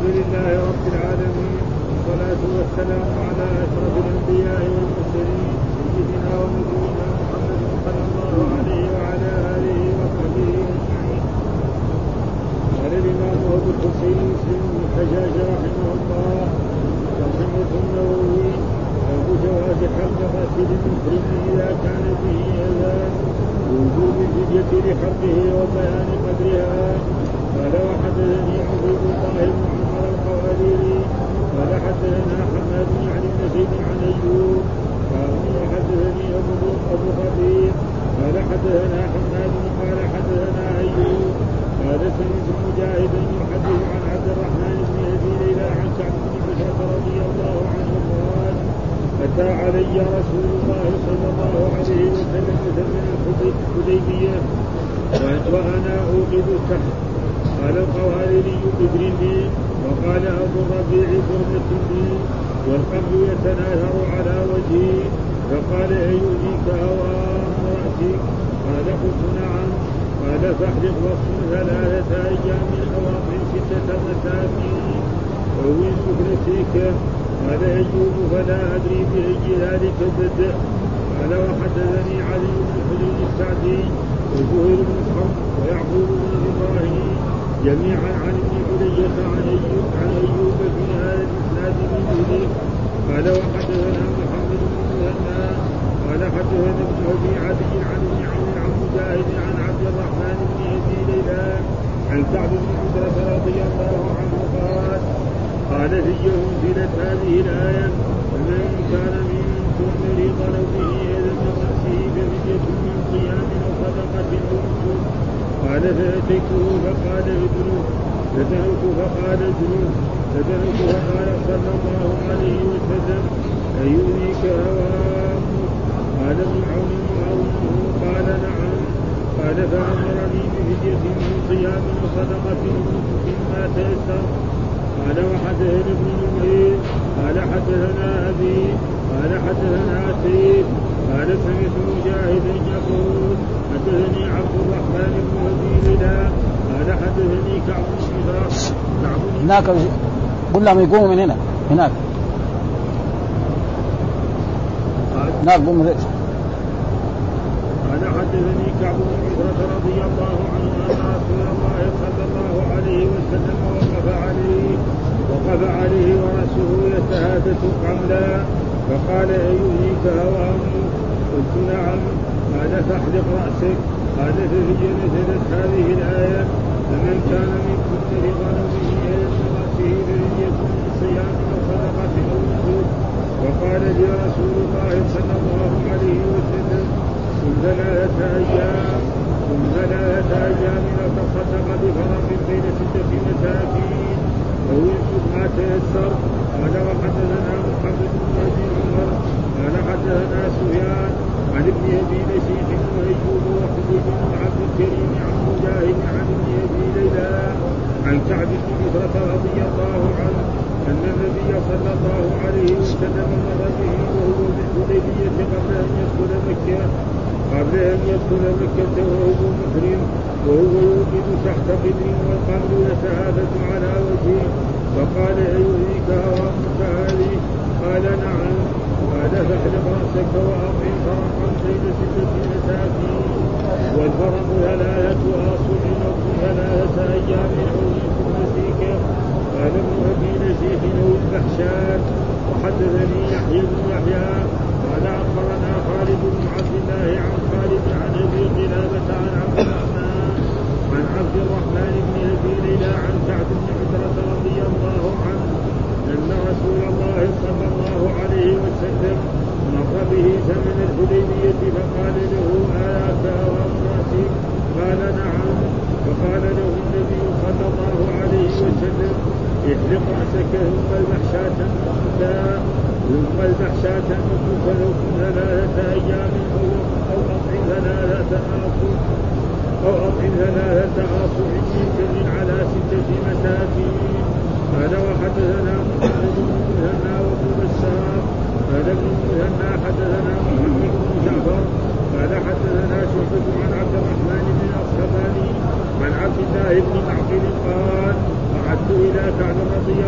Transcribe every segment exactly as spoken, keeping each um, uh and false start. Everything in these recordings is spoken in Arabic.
لله رب العالمين والصلاة والسلام على أشرف الأنبياء والمرسلين سيدنا ونبينا محمد صلى الله عليه وعلى آله وصحبه أجمعين. قال الإمام أبو الحسين مسلم بن الحجاج رحمه الله رحمه النووي باب جواز حلق غاسل المحرم إذا كان به أذى ووجوب الفدية لحلقه وبيان قدرها. قال وحدثني عبيد الله بن عمر القواريري قال حدثنا حماد عن ابن زيد عن أيوب قال وحدثني أبو أبو خبيب قال حدثنا حماد قال حدثنا أيوب قال سمعت مجاهدا يحدث عن عبد الرحمن بن أبي ليلى عن كعب بن بشر رضي الله عنه قال أتى علي رسول الله صلى الله عليه وسلم من الحديبية وأنا أوقد السحر. قال القواريري قدر لي وقال أبو الربيع برمة لي والقبل يتناثر على وجهي فقال أيؤذيك هوام رأسك؟ قال قلت نعم. قال فاحلق واصم ثلاثة أيام أو أطعم ستة مساكين أو سكنتك. قال أيوب فلا أدري بأي ذلك بدأ. قال وحدثني علي بن حجر السعدي وزهير بن حرب ويعقوب بن إبراهيم جميعا عن ابن علية عن أيوب عن أيوب في هذا الإسناد من ذلك. قال وحدثنا محمد بن مهنا قال حدثنا ابن أبي عدي عن ابن عون عن مجاهد عن عبد الرحمن بن أبي ليلى عن كعب بن عجرة رضي الله عنه قال قال في أنزلت هذه الآية فمن كان منكم مريضا أو به أذى من رأسه ففدية من صيام أو صدقة أو نسك. قال فأتيته فقال ادنه فدنوت فقال ادنه فدنوت فقال صلى الله عليه وسلم أيؤذيك هوام؟ قال ابن عون معاونه قال نعم. قال فأمرني بفدية من صيام وصدقة ونسك ما تيسر. قال وحدثنا ابن نمير قال حدثنا أبي قال حدثنا سيد قال سمعت مجاهدا يقول حدثني عبد الرحمن بن أبي ليلى قال حدثني كعب بن عجرة هناك قل لهم يقوموا من هنا هناك هناك قوموا. قال حدثني كعب بن عجرة رضي الله عنه أن رسول الله صلى الله عليه وسلم وقف عليه وقف عليه ورأسه يتهادث قملا فقال أيؤذيك هوام؟ قلت نعم. قال فاحلق رأسك. قال ففي نزلت هذه الآية فمن كان منكم مريضا أو به أذى من رأسه ففدية من صيام أو صدقة أو نسك. وقال لي رسول الله صلى الله عليه وسلم ثم ثلاثة أيام ثم ثلاثة أيام أو تصدق بفرق بين ستة مساكين أو ينسك ما تيسر. قال وحدثنا محمد بن أبي عمر قال حدثنا سفيان عن ابن أبي نجيح وأيوب وحبيب بن عبد الكريم عن مجاهد عن ابن أبي ليلى عن كعب بن عجرة رضي الله عنه أن النبي صلى الله عليه وسلم مر به وهو بالحديبية قبل أن يدخل مكة قبل أن يدخل مكة وهو محرم وهو يوقد تحت قدر والقمر يتهافت على وجهه. فقال أيؤذيك هوامك هذه؟ قال نعم. قال فاحلق رأسك وأطعم فرقا بين ستة مساكين والفرق ثلاثة أصل أو ثلاثة أيام أو سكنتك. قال ابن أبي نجيح أو البحشات. وحدثني يحيى بن يحيى قال أخبرنا خالد بن عبد الله عن خالد عن أبي قلابة عن عبد الرحمن عن عبد الرحمن بن أبي ليلى عن كعب بن عجرة رضي الله عنه أن رسول الله صلى الله عليه وسلم مر به زمن الحديبية فقال له آياك هوام رأسك؟ قال نعم. فقال له النبي صلى الله عليه وسلم احلق رأسك ثم البحشاة النساء ثم البحشاة النساء ثلاثة أيام أو أطعم ثلاثة آصع أو أطعم ثلاثة آصع من على ستة مساكين. قال وحدثنا محمد بن مهنا وابن بشار قال ابن مهنا حدثنا محمد بن جعفر قال حدثنا شعبة عن عبد الرحمن بن الأصفهاني عن عبد الله بن معقل قال قعدت إلى كعب رضي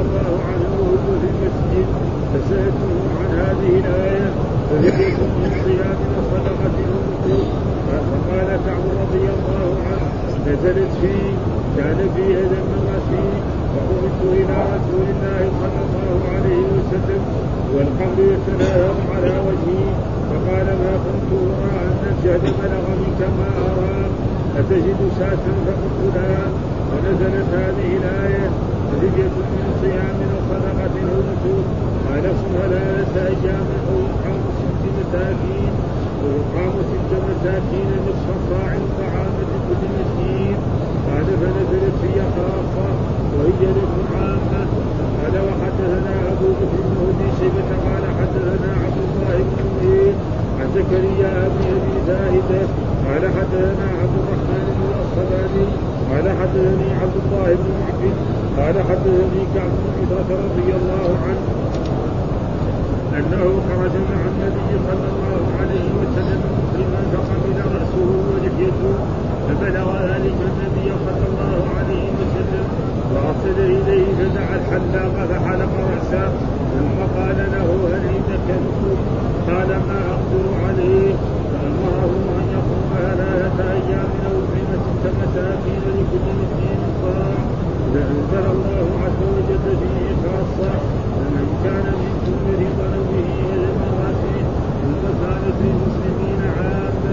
فسألته عن هذه الآية ففدية من صيام وصدقة ونسك. فقال كعب رضي الله عنه نزلت فيه كان فيها دم غسيل فقمت إلى رسول الله صلى الله عليه وسلم والقبر يتلاهم على وجهي فقال ما كنت أرى أن الشهد بلغ منك ما أرى أتجد شاة فقلت لا. ونزلت هذه الآية فدية من صيام وصدقة ونسك. قال صم ثلاثة أيام أو يطعم ست مساكين ويطعم ست مساكين نصف صاع طعام لكل مسكين. قال فنزلت في خاصة وهي لكم عامة. قال وحدثنا أبو بكر بن شيبة قال حدثنا عبد الله بن نمير عن زكريا بن أبي زاهدة قال حدثنا عبد الرحمن بن الأصفهاني قال حدثني عبد الله بن معبد قال حدثني كعب بن عجرة رضي الله عنه أنه خرج مع النبي صلى الله عليه وسلم مسلما فقبل رأسه ولحيته فبلغ ذلك النبي صلى الله عليه وسلم وأرسل إليه فدعا الحلاق فحلق رأسه ثم قال له هل عندك نسك؟ قال ما أقدر عليه. فأمره أن يقوم ثلاثة أيام أو يطعم ست مساكين لكل مسكين صاع. فأنزل الله عز وجل فيه خاصة فمن كان منكم مريضا أو به أذى من رأسه ثم كانت للمسلمين عامة.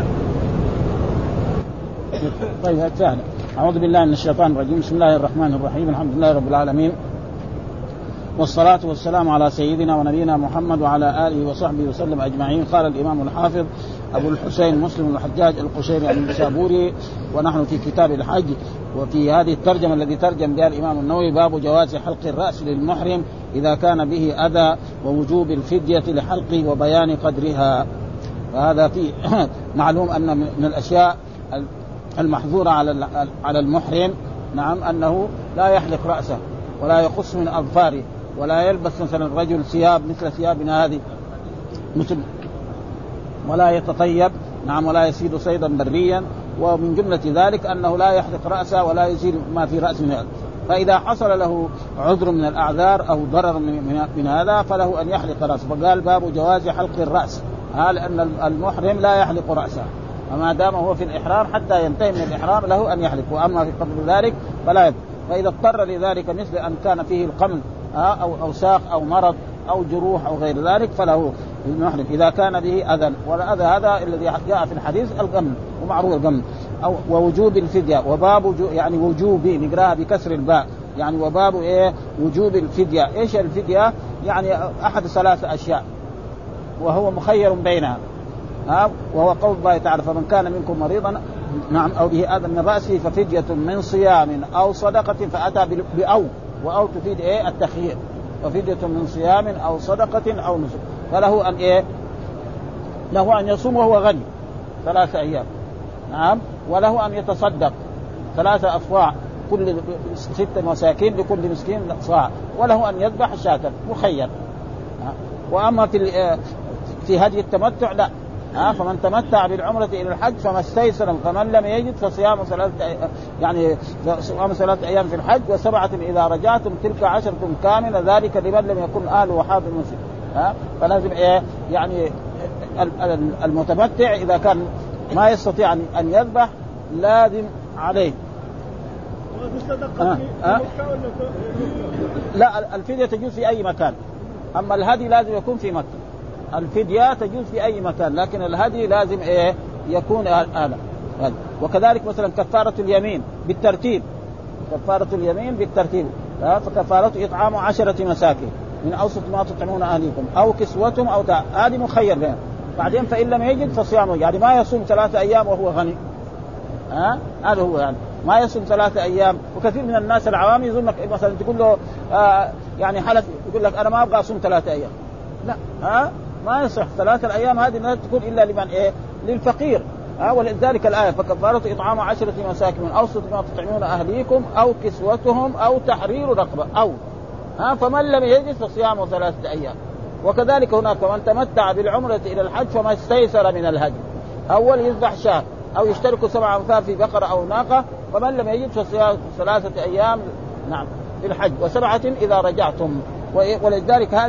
طيب الثاني أعوذ بالله من الشيطان الرجيم. بسم الله الرحمن الرحيم. الحمد لله رب العالمين والصلاة والسلام على سيدنا ونبينا محمد وعلى آله وصحبه وسلم أجمعين. قال الإمام الحافظ أبو الحسين مسلم الحجاج القشيري النسابوري ونحن في كتاب الحج وفي هذه الترجمة الذي ترجم بها الإمام النووي باب جواز حلق الرأس للمحرم إذا كان به أذى ووجوب الفدية لحلقه وبيان قدرها. فهذا في معلوم أن من الأشياء المحظورة على على المحرم نعم أنه لا يحلق رأسه ولا يقص من أظفاره ولا يلبس مثلا الرجل ثياب مثل ثيابنا هذه مثل ولا يتطيب نعم ولا يصيد صيدا بريا. ومن جملة ذلك أنه لا يحلق رأسه ولا يزيل ما في رأسه من هذا. فإذا حصل له عذر من الأعذار أو ضرر من, من هذا فله أن يحلق رأسه. فقال باب جواز حلق الرأس لأن المحرم لا يحلق رأسه وما دام هو في الإحرام حتى ينتهي من الإحرام له أن يحلق. وأما في قبل ذلك فلا يحلق. فإذا اضطر لذلك مثل أن كان فيه القمل أو أوساخ أو مرض أو جروح أو غير ذلك فله المحرم إذا كان به أذى. والأذى هذا الذي جاء في الحديث القمل ومعروف القمل أو ووجوب الفدية. وباب يعني وجوب نقراها بكسر الباء يعني وباب إيه وجوب الفدية. إيش الفدية؟ يعني أحد ثلاثة أشياء وهو مخير بينها ها وهو قول الله تعالى فمن كان منكم مريضا نعم أو به أذى من رأسه ففدية من صيام أو صدقة فأتى بأو وأو تفيد إيه التخيير وفدية من صيام أو صدقة أو نسك. فله أن إيه له أن يصوم وهو غني ثلاثة أيام نعم وله أن يتصدق ثلاثة أصواع كل ستة مساكين لكل مسكين صاع وله أن يذبح شاة مخير. وأما في في هدي التمتع لا ها فمن تمتع بالعمرة إلى الحج فما استيسر فمن لم يجد فصيام ثلاثة يعني صيام ثلاثة أيام في الحج وسبعة إذا رجعتم تلك عشرة كاملة ذلك لمن لم يكن أهله حاضر المسجد. ها فلازم إيه يعني المتمتع إذا كان ما يستطيع أن يذبح لازم عليه ها ها لا الفدية تجوز في أي مكان. أما الهدي لازم يكون في مكة. الفدية تجوز في أي مكان لكن الهدي لازم إيه يكون هذا. وكذلك مثلا كفارة اليمين بالترتيب كفارة اليمين بالترتيب فكفارة إطعام عشرة مساكين من أوسط ما تطعمون أهليكم أو كسوتهم أو تع... هذه مخير بها. بعدين فإن لم يجد فصيامه يعني ما يصوم ثلاثة أيام وهو غني ها هذا هو يعني ما يصوم ثلاثة أيام. وكثير من الناس العوام يظنك مثلا تقول له آه يعني حلف يقول لك أنا ما أبغى أصوم ثلاثة أيام لا ها ما يصح. ثلاثة الأيام هذه لا تكون إلا لمن إيه للفقير ها ولذلك الآية فكفارة إطعام عشرة مساكين من أوسط ما تطعمون أهليكم أو كسوتهم أو تحرير رقبة أو ها فمن لم يجد فصيام ثلاثة أيام. وكذلك هناك من تمتع بالعمرة إلى الحج فما استيسر من الهدي أول يذبح شاة أو يشترك سبع أنفار في بقرة أو ناقة فمن لم يجد فصيام ثلاثة أيام نعم في الحج وسبعة إذا رجعتم. ولذلك هذه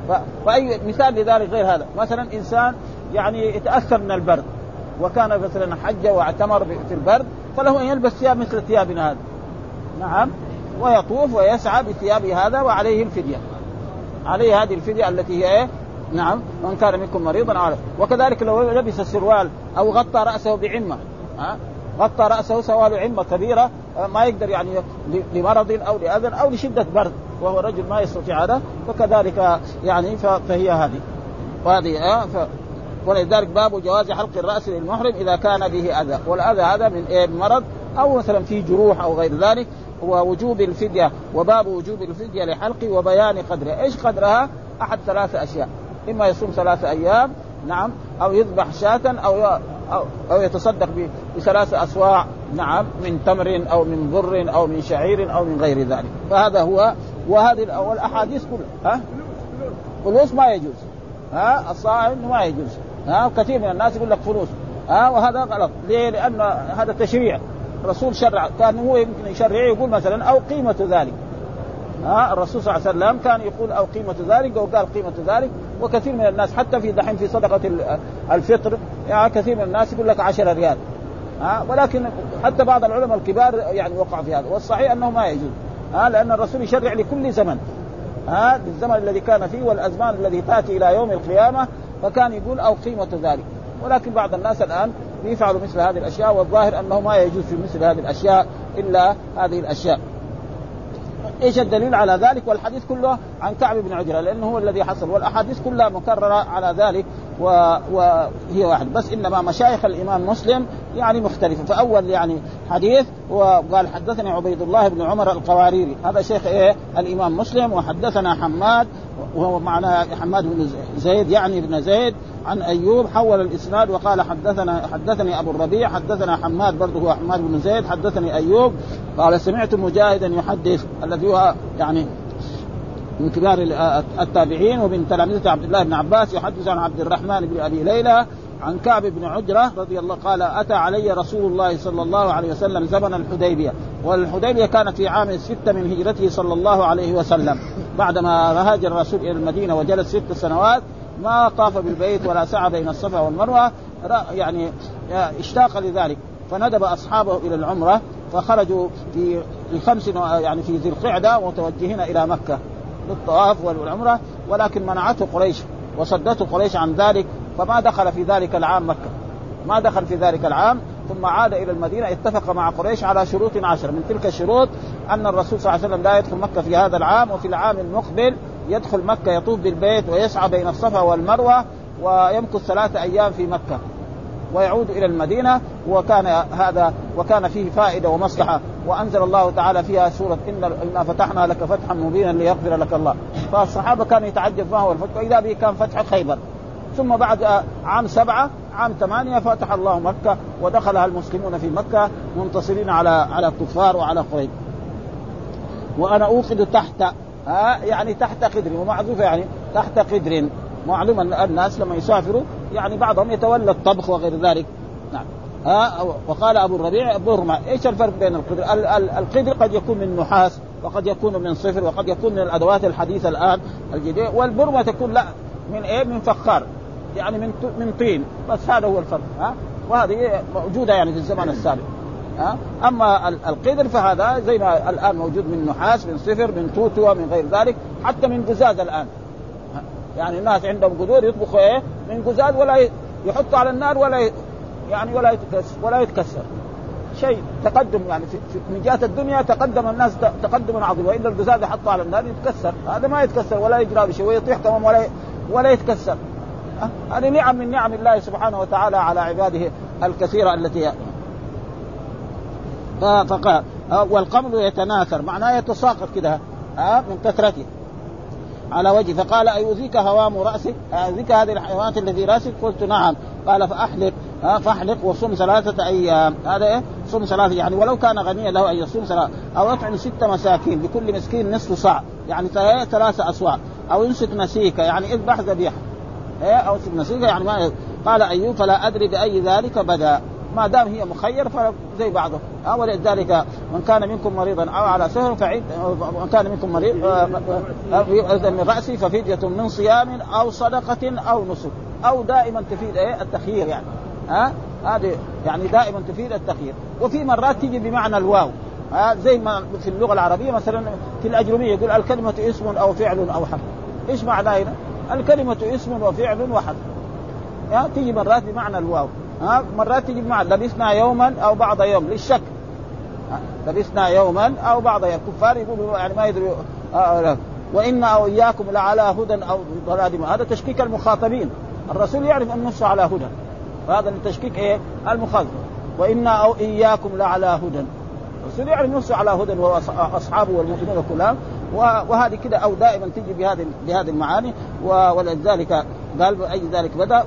فأي مثال لذلك غير هذا؟ مثلا إنسان يعني يتأثر من البرد وكان مثلا حج واعتمر في البرد، فله أن يلبس ثياب مثل ثيابنا هذا، نعم، ويطوف ويسعى بثياب هذا وعليه الفدية، عليه هذه الفدية التي هي إيه؟ نعم، من كان منكم مريضا على. وكذلك لو لبس السروال أو غطى رأسه بعمة، ها؟ غطى رأسه سوال عمة كبيرة ما يقدر يعني لمرض أو لأذى أو لشدة برد وهو رجل ما يستطيع هذا، فكذلك يعني فهي هذه وهذه آه ف... ولذلك باب جواز حلق الرأس للمحرم إذا كان به أذى، والأذى هذا من إيه؟ مرض أو مثلا في جروح أو غير ذلك. ووجوب الفدية، وباب وجوب الفدية لحلق وبيان قدرها. إيش قدرها؟ أحد ثلاثة أشياء، إما يصوم ثلاثة أيام، نعم، أو يذبح شاة، أو أو, أو يتصدق بثلاثة أصواع، نعم، من تمر أو من بر أو من شعير أو من غير ذلك. فهذا هو. وهذه والأحاديث كلها ها فلوس ما يجوز، ها الصائم ما يجوز، ها كثير من الناس يقول لك فلوس، ها وهذا غلط. ليه؟ لأن هذا تشريع، الرسول شرع، كان هو يمكن يشرع يقول مثلا أو قيمة ذلك، ها الرسول صلى الله عليه وسلم كان يقول أو قيمة ذلك، وقال قيمة ذلك. وكثير من الناس حتى في دحين في صدقة الفطر يعني كثير من الناس يقول لك عشرة ريال، ها ولكن حتى بعض العلماء الكبار يعني وقع في هذا، والصحيح أنه ما يجوز، ها لأن الرسول يشرع لكل زمن، ها بالزمن الذي كان فيه والأزمان الذي تأتي إلى يوم القيامة، فكان يقول أو قيمة ذلك. ولكن بعض الناس الآن يفعلوا مثل هذه الأشياء، والظاهر أنه ما يجوز في مثل هذه الأشياء إلا هذه الأشياء. إيش الدليل على ذلك؟ والحديث كله عن كعب بن عجرة لأنه هو الذي حصل، والأحاديث كلها مكررة على ذلك وهي واحد، بس إنما مشايخ الإمام مسلم يعني مختلفة. فأول يعني حديث وقال حدثني عبيد الله بن عمر القواريري، هذا شيخ إيه الإمام مسلم. وحدثنا حماد وهو معنا حماد بن زيد يعني بن زيد عن أيوب، حول الإسناد وقال حدثنا حدثني أبو الربيع حدثنا حماد برضه هو حماد بن زيد حدثني أيوب قال سمعت مجاهدا يحدث، الذي هو يعني من كبار التابعين ومن تلامذة عبد الله بن عباس، يحدث عن عبد الرحمن بن أبي ليلى عن كعب بن عجرة رضي الله قال أتى علي رسول الله صلى الله عليه وسلم زمن الحديبية، والحديبية كانت في عام ستة من هجرته صلى الله عليه وسلم، بعدما هاجر الرسول إلى المدينة وجلس ست سنوات ما طاف بالبيت ولا سعى بين الصفا والمروة، يعني اشتاق لذلك، فندب أصحابه إلى العمرة، فخرجوا في الخمس يعني في ذي القعدة متوجهين إلى مكة للطواف والعمرة، ولكن منعته قريش وصدته قريش عن ذلك، فما دخل في ذلك العام مكة، ما دخل في ذلك العام، ثم عاد إلى المدينة. اتفق مع قريش على شروط عشرة، من تلك الشروط أن الرسول صلى الله عليه وسلم لا يدخل مكة في هذا العام، وفي العام المقبل يدخل مكة يطوف بالبيت ويسعى بين الصفا والمروة ويمكث ثلاثة أيام في مكة ويعود إلى المدينة. وكان هذا وكان فيه فائدة ومصلحة، وأنزل الله تعالى فيها سورة إنا فتحنا لك فتحا مبينا ليغفر لك الله. فالصحابة كانوا يتعجب ما هو الفتح، وإذا به كان فتح خيبر. ثم بعد عام سبعة عام ثمانية فتح الله مكة ودخلها المسلمون في مكة منتصرين على على الكفار وعلى قريش. وأنا أوقد تحت ها يعني تحت قدر، ومعذوفة يعني تحت قدر. معلوم أن الناس لما يسافروا يعني بعضهم يتولى الطبخ وغير ذلك. نعم. ها وقال أبو الربيع برمة. إيش الفرق بين القدر؟ القدر قد يكون من نحاس وقد يكون من صفر وقد يكون من الأدوات الحديثة الآن الجديدة، والبرمة تكون لا من إيه من فخار يعني من من طين، بس هذا هو الفرق. ها وهذه موجودة يعني في الزمن السابق. ها أما القدر فهذا زي ما الآن موجود من نحاس من صفر من توتوة من غير ذلك، حتى من قزاز الآن. يعني الناس عندهم قدور يطبخوا إيه من قزاز ولا يحطوا على النار ولا يعني ولا يتكسر ولا يتكسر شيء. تقدم يعني في من جهة الدنيا تقدم الناس تقدما عظيما، وإلا القزاز يحطوا على النار يتكسر، هذا ما يتكسر ولا يجرى بشيء ويطيح تمام ولا ولا يتكسر. هذه نعم من نعم الله سبحانه وتعالى على عباده الكثيرة التي فقال والقمل يتناثر معناه يتساقط كده من كثرته على وجه. فقال أيؤذيك هوام رأسك؟ أيؤذيك هذه الحيوانات التي رأسك؟ قلت نعم. قال فأحلق فأحلق وصم ثلاثة أيام. هذا إيه؟ صم ثلاثة يعني ولو كان غنيا له أن يصوم ثلاثة، أو يطعم ست مساكين بكل مسكين نصف صاع يعني ثلاثة أصواع، أو يمسك نسيك يعني اذبح ذبيحة إيه أو يمسك نسيك يعني ما. قال أيوب فلا أدري بأي ذلك بدأ. ما دام هي مخير فزي بعضه. أه ولذلك من كان منكم مريضا أو على سفر فعد، من كان منكم مريض من رأسه ففدية من صيام أو صدقة أو نسك، أو دائما تفيد إيه التخيير يعني ها أه؟ هذه يعني دائما تفيد التخيير. وفي مرات تيجي بمعنى الواو ها أه؟ زي ما في اللغة العربية مثلا في الأجرمية يقول الكلمة اسم أو فعل أو حرف. إيش معنى هنا؟ الكلمة اسم وفعل وحرف. ها تيجي مرات بمعنى الواو، ها مرات تيجي بمعنى لبثنا يوما أو بعض يوم للشك، لبثنا يوما أو بعض يوم. الكفار يقولوا يعني ما يدري آه وإنا أو إياكم لعلى هدى أو ضلال. هذا تشكيك المخاطبين، الرسول يعرف أن نص على هدى، فهذا التشكيك إيه المخاطب. وإنا أو إياكم لعلى هدى، الرسول يعرف نص على هدى وأصحابه والمؤمنين كلهم. وهذه كده أو دائما تيجي بهذه بهذه المعاني. ولذلك قال أي ذلك بدأ.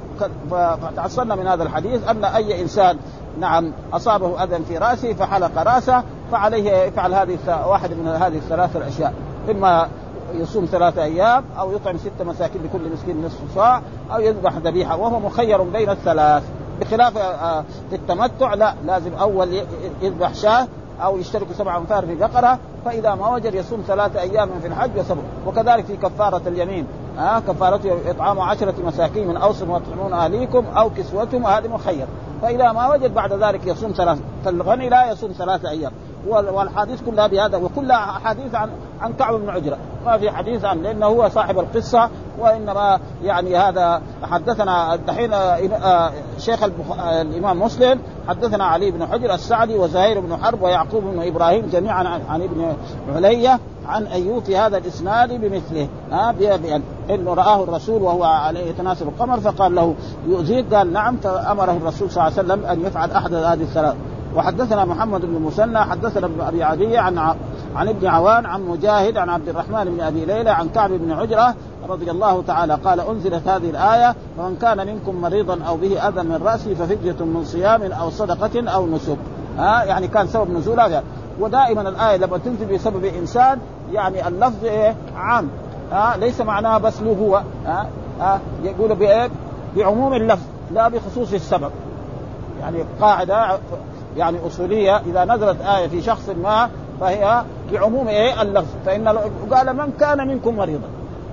فتعصرنا من هذا الحديث أن أي إنسان نعم أصابه أذى في رأسه فحلق رأسه فعليه يفعل هذه واحد من هذه الثلاث الأشياء، إما يصوم ثلاثة أيام أو يطعم ستة مساكين لكل مسكين نصف صاع أو يذبح ذبيحة، وهو مخير بين الثلاث. بخلاف في التمتع لا، لازم أول يذبح شاة أو يشترك سبع أنفار في بقرة، فإذا ما وجد يصوم ثلاثة أيام في الحج وسبع. وكذلك في كفارة اليمين آه كفارته إطعام عشرة مساكين من أوسط ما تطعمون أهليكم أو كسوتهم، وهذا مخير. فإذا ما وجد بعد ذلك يصوم ثلاثة. فالغني لا يصوم ثلاثة أيام. والحديث كلها بهذا، وكلها حديث عن عن كعب بن عجرة، ما في حديث عن لأنه هو صاحب القصة. وإنما يعني هذا حدثنا الدحين شيخ الإمام مسلم حدثنا علي بن حجر السعدي وزهير بن حرب ويعقوب بن إبراهيم جميعا عن ابن علية عن أيوب في هذا الإسناد بمثله ها بأن إنه رآه الرسول وهو عليه يتناسب القمر فقال له يؤذيك، قال نعم، فأمره الرسول صلى الله عليه وسلم أن يفعل أحد هذه الثلاث. وحدثنا محمد بن مسنى حدثنا ابن أبي عدي عن عن ابن عوان عن مجاهد عن عبد الرحمن بن أبي ليلى عن كعب بن عجرة رضي الله تعالى قال أنزلت هذه الآية ومن كان منكم مريضا أو به أذى من رأسه ففدية من صيام أو صدقة أو نسك. ها يعني كان سبب نزولها. ودائما الآية لما تنزل بسبب إنسان يعني اللفظ إيه عام، ها ليس معناها بس له هو، ها ها يقول بإيه بعموم اللفظ لا بخصوص السبب. يعني قاعدة يعني أصولية إذا نزلت آية في شخص ما فهي بعموم إيه اللفظ. فإن قال من كان منكم مريضا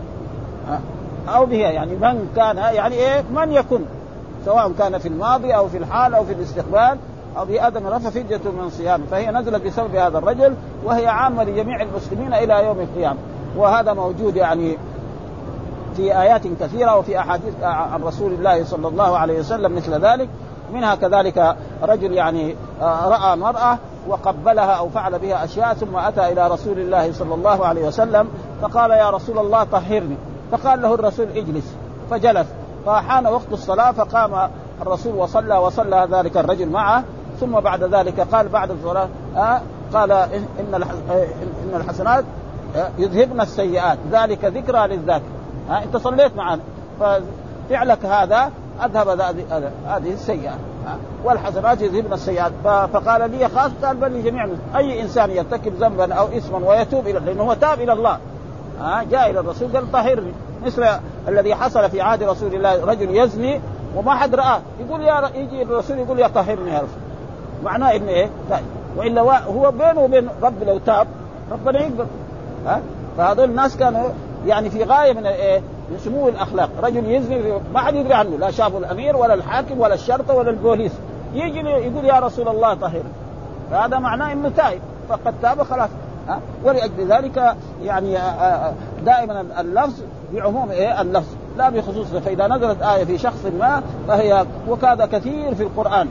أو به يعني من كان يعني إيه من يكن سواء كان في الماضي أو في الحال أو في الاستقبال أو به أذى من رأسه فدية من صيام. فهي نزلت بسبب هذا الرجل وهي عامة لجميع المسلمين إلى يوم القيامة. وهذا موجود يعني في آيات كثيرة وفي أحاديث عن رسول الله صلى الله عليه وسلم مثل ذلك. منها كذلك رجل يعني رأى مرأة وقبلها أو فعل بها أشياء ثم أتى إلى رسول الله صلى الله عليه وسلم فقال يا رسول الله طهرني، فقال له الرسول اجلس، فجلس. فحان وقت الصلاة فقام الرسول وصلى وصلى ذلك الرجل معه. ثم بعد ذلك قال بعد الصلاة آه قال إن إن الحسنات يذهبن السيئات ذلك ذكرى للذاكر. آه أنت صليت معنا ففعلك هذا أذهب هذه السيئات والحسنات يذهبن السيئات. فقال لي خاص، قال بل لجميع أي إنسان يرتكب ذنبا أو إثما ويتوب إلى لأنه هو تاب إلى الله آه جاء إلى الرسول قال طهرني، مثل الذي حصل في عهد رسول الله رجل يزني وما حد رآه يقول يا يجي الرسول يقول يا طهرني يا رسول، معناه إن إيه طيب. وإلا هو بينه وبين رب لو تاب ربنا يقبل. ها فهذول الناس كانوا يعني في غاية من إيه سمو الأخلاق. رجل يزني ما حد يدري عنه، لا شافه الأمير ولا الحاكم ولا الشرطة ولا البوليس، يجي يقول يا رسول الله طهرني، فهذا معناه إنه تائب فقد تاب خلاص. ها ولأجل ذلك يعني دائما اللفظ بعموم إيه اللفظ لا بخصوصه. فإذا نزلت آية في شخص ما فهي وكذا كثير في القرآن.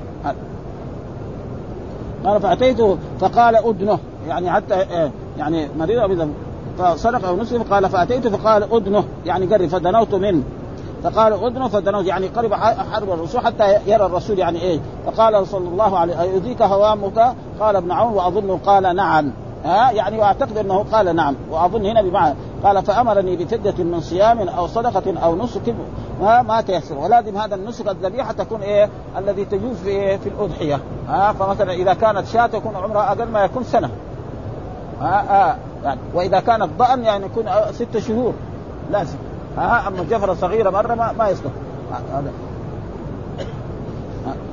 قال فأتيته فقال أدنه يعني حتى يعني مريض فصدق أو نسلم. قال فأتيته فقال أدنه يعني قرب فدنوت منه، فقال أدنه فدنوت يعني قرب حرب الرسول حتى يرى الرسول يعني إيه. فقال صلى الله عليه يؤذيك هوامك؟ قال ابن عون وأظنه قال نعم. ها يعني واعتقد انه قال نعم واظن هنا بمعنى. قال فامرني بفدية من صيام او صدقة او نسك ما, ما تيسر. ولازم هذا النسك الذبيحة تكون ايه الذي تجوز في, في الاضحية. ها فمثلا اذا كانت شاة تكون عمرها اقل ما يكون سنة. ها آه يعني واذا كانت ضأن يعني يكون ستة شهور لازم. ها اما جفرة صغيرة مرة ما, ما يصلح. هذا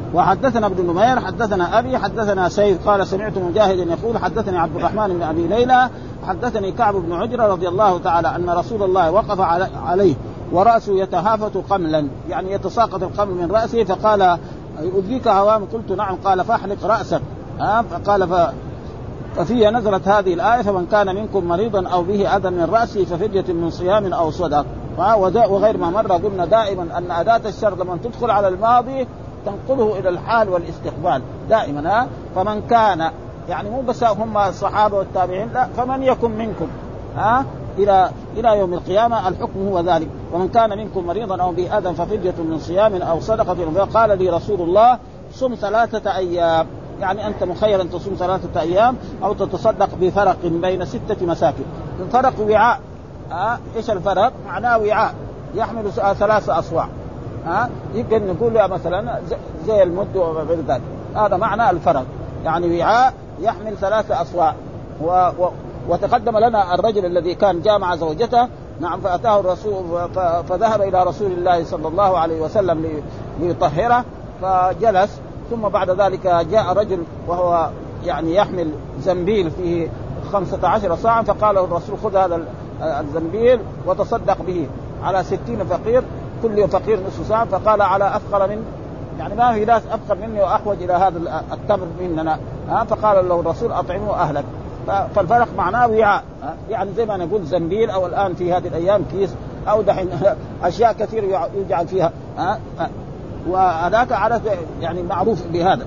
وحدثنا ابن نمير حدثنا أبي حدثنا سيد قال سمعت مجاهد يقول حدثني عبد الرحمن بن أبي ليلى حدثني كعب بن عجرة رضي الله تعالى أن رسول الله وقف عليه ورأسه يتهافت قملا يعني يتساقط القمل من رأسه فقال يؤذيك هوام؟ قلت نعم. قال فاحلق رأسك. ها فقال ف... ففيه نزلت هذه الآية فمن كان منكم مريضا أو به أذى من رأسه ففدية من صيام أو صدق. وغير ما مر قلنا دائما أن أداة الشرط لما تدخل على الماضي تنقله إلى الحال والاستقبال دائما. ها فمن كان يعني مو بس هم الصحابة والتابعين، لا فمن يكن منكم ها إلى إلى يوم القيامة الحكم هو ذلك. ومن كان منكم مريضا أو به أذى ففدية من صيام أو صدقة. فقال لي رسول الله صم ثلاثة أيام، يعني أنت مخير أن تصوم ثلاثة أيام أو تتصدق بفرق بين ستة مساكين. الفرق وعاء. ها إيش الفرق؟ معناه وعاء يحمل ثلاثة أصواع. ها يمكن نقول مثلا زي المد وغير ذلك، هذا معنى الفرق، يعني وعاء يحمل ثلاثة أصواع. و... و... وتقدم لنا الرجل الذي كان جامع زوجته نعم فأتاه الرسول ف... فذهب إلى رسول الله صلى الله عليه وسلم لي... ليطهره فجلس، ثم بعد ذلك جاء رجل وهو يعني يحمل زنبيل فيه خمسة عشر صاعا، فقال الرسول خذ هذا الزنبيل وتصدق به على ستين فقير، كل فقير نصف ساعة. فقال على أفقر من يعني ما في ناس أفقر مني وأحوج إلى هذا التمر مننا. ها فقال له الرسول أطعمه أهلك. فالفرق معناه وعاء، يعني زي ما نقول زنبيل أو الآن في هذه الأيام كيس أو دحين أشياء كثير يجعل فيها. ها وهذاك عرف يعني معروف بهذا.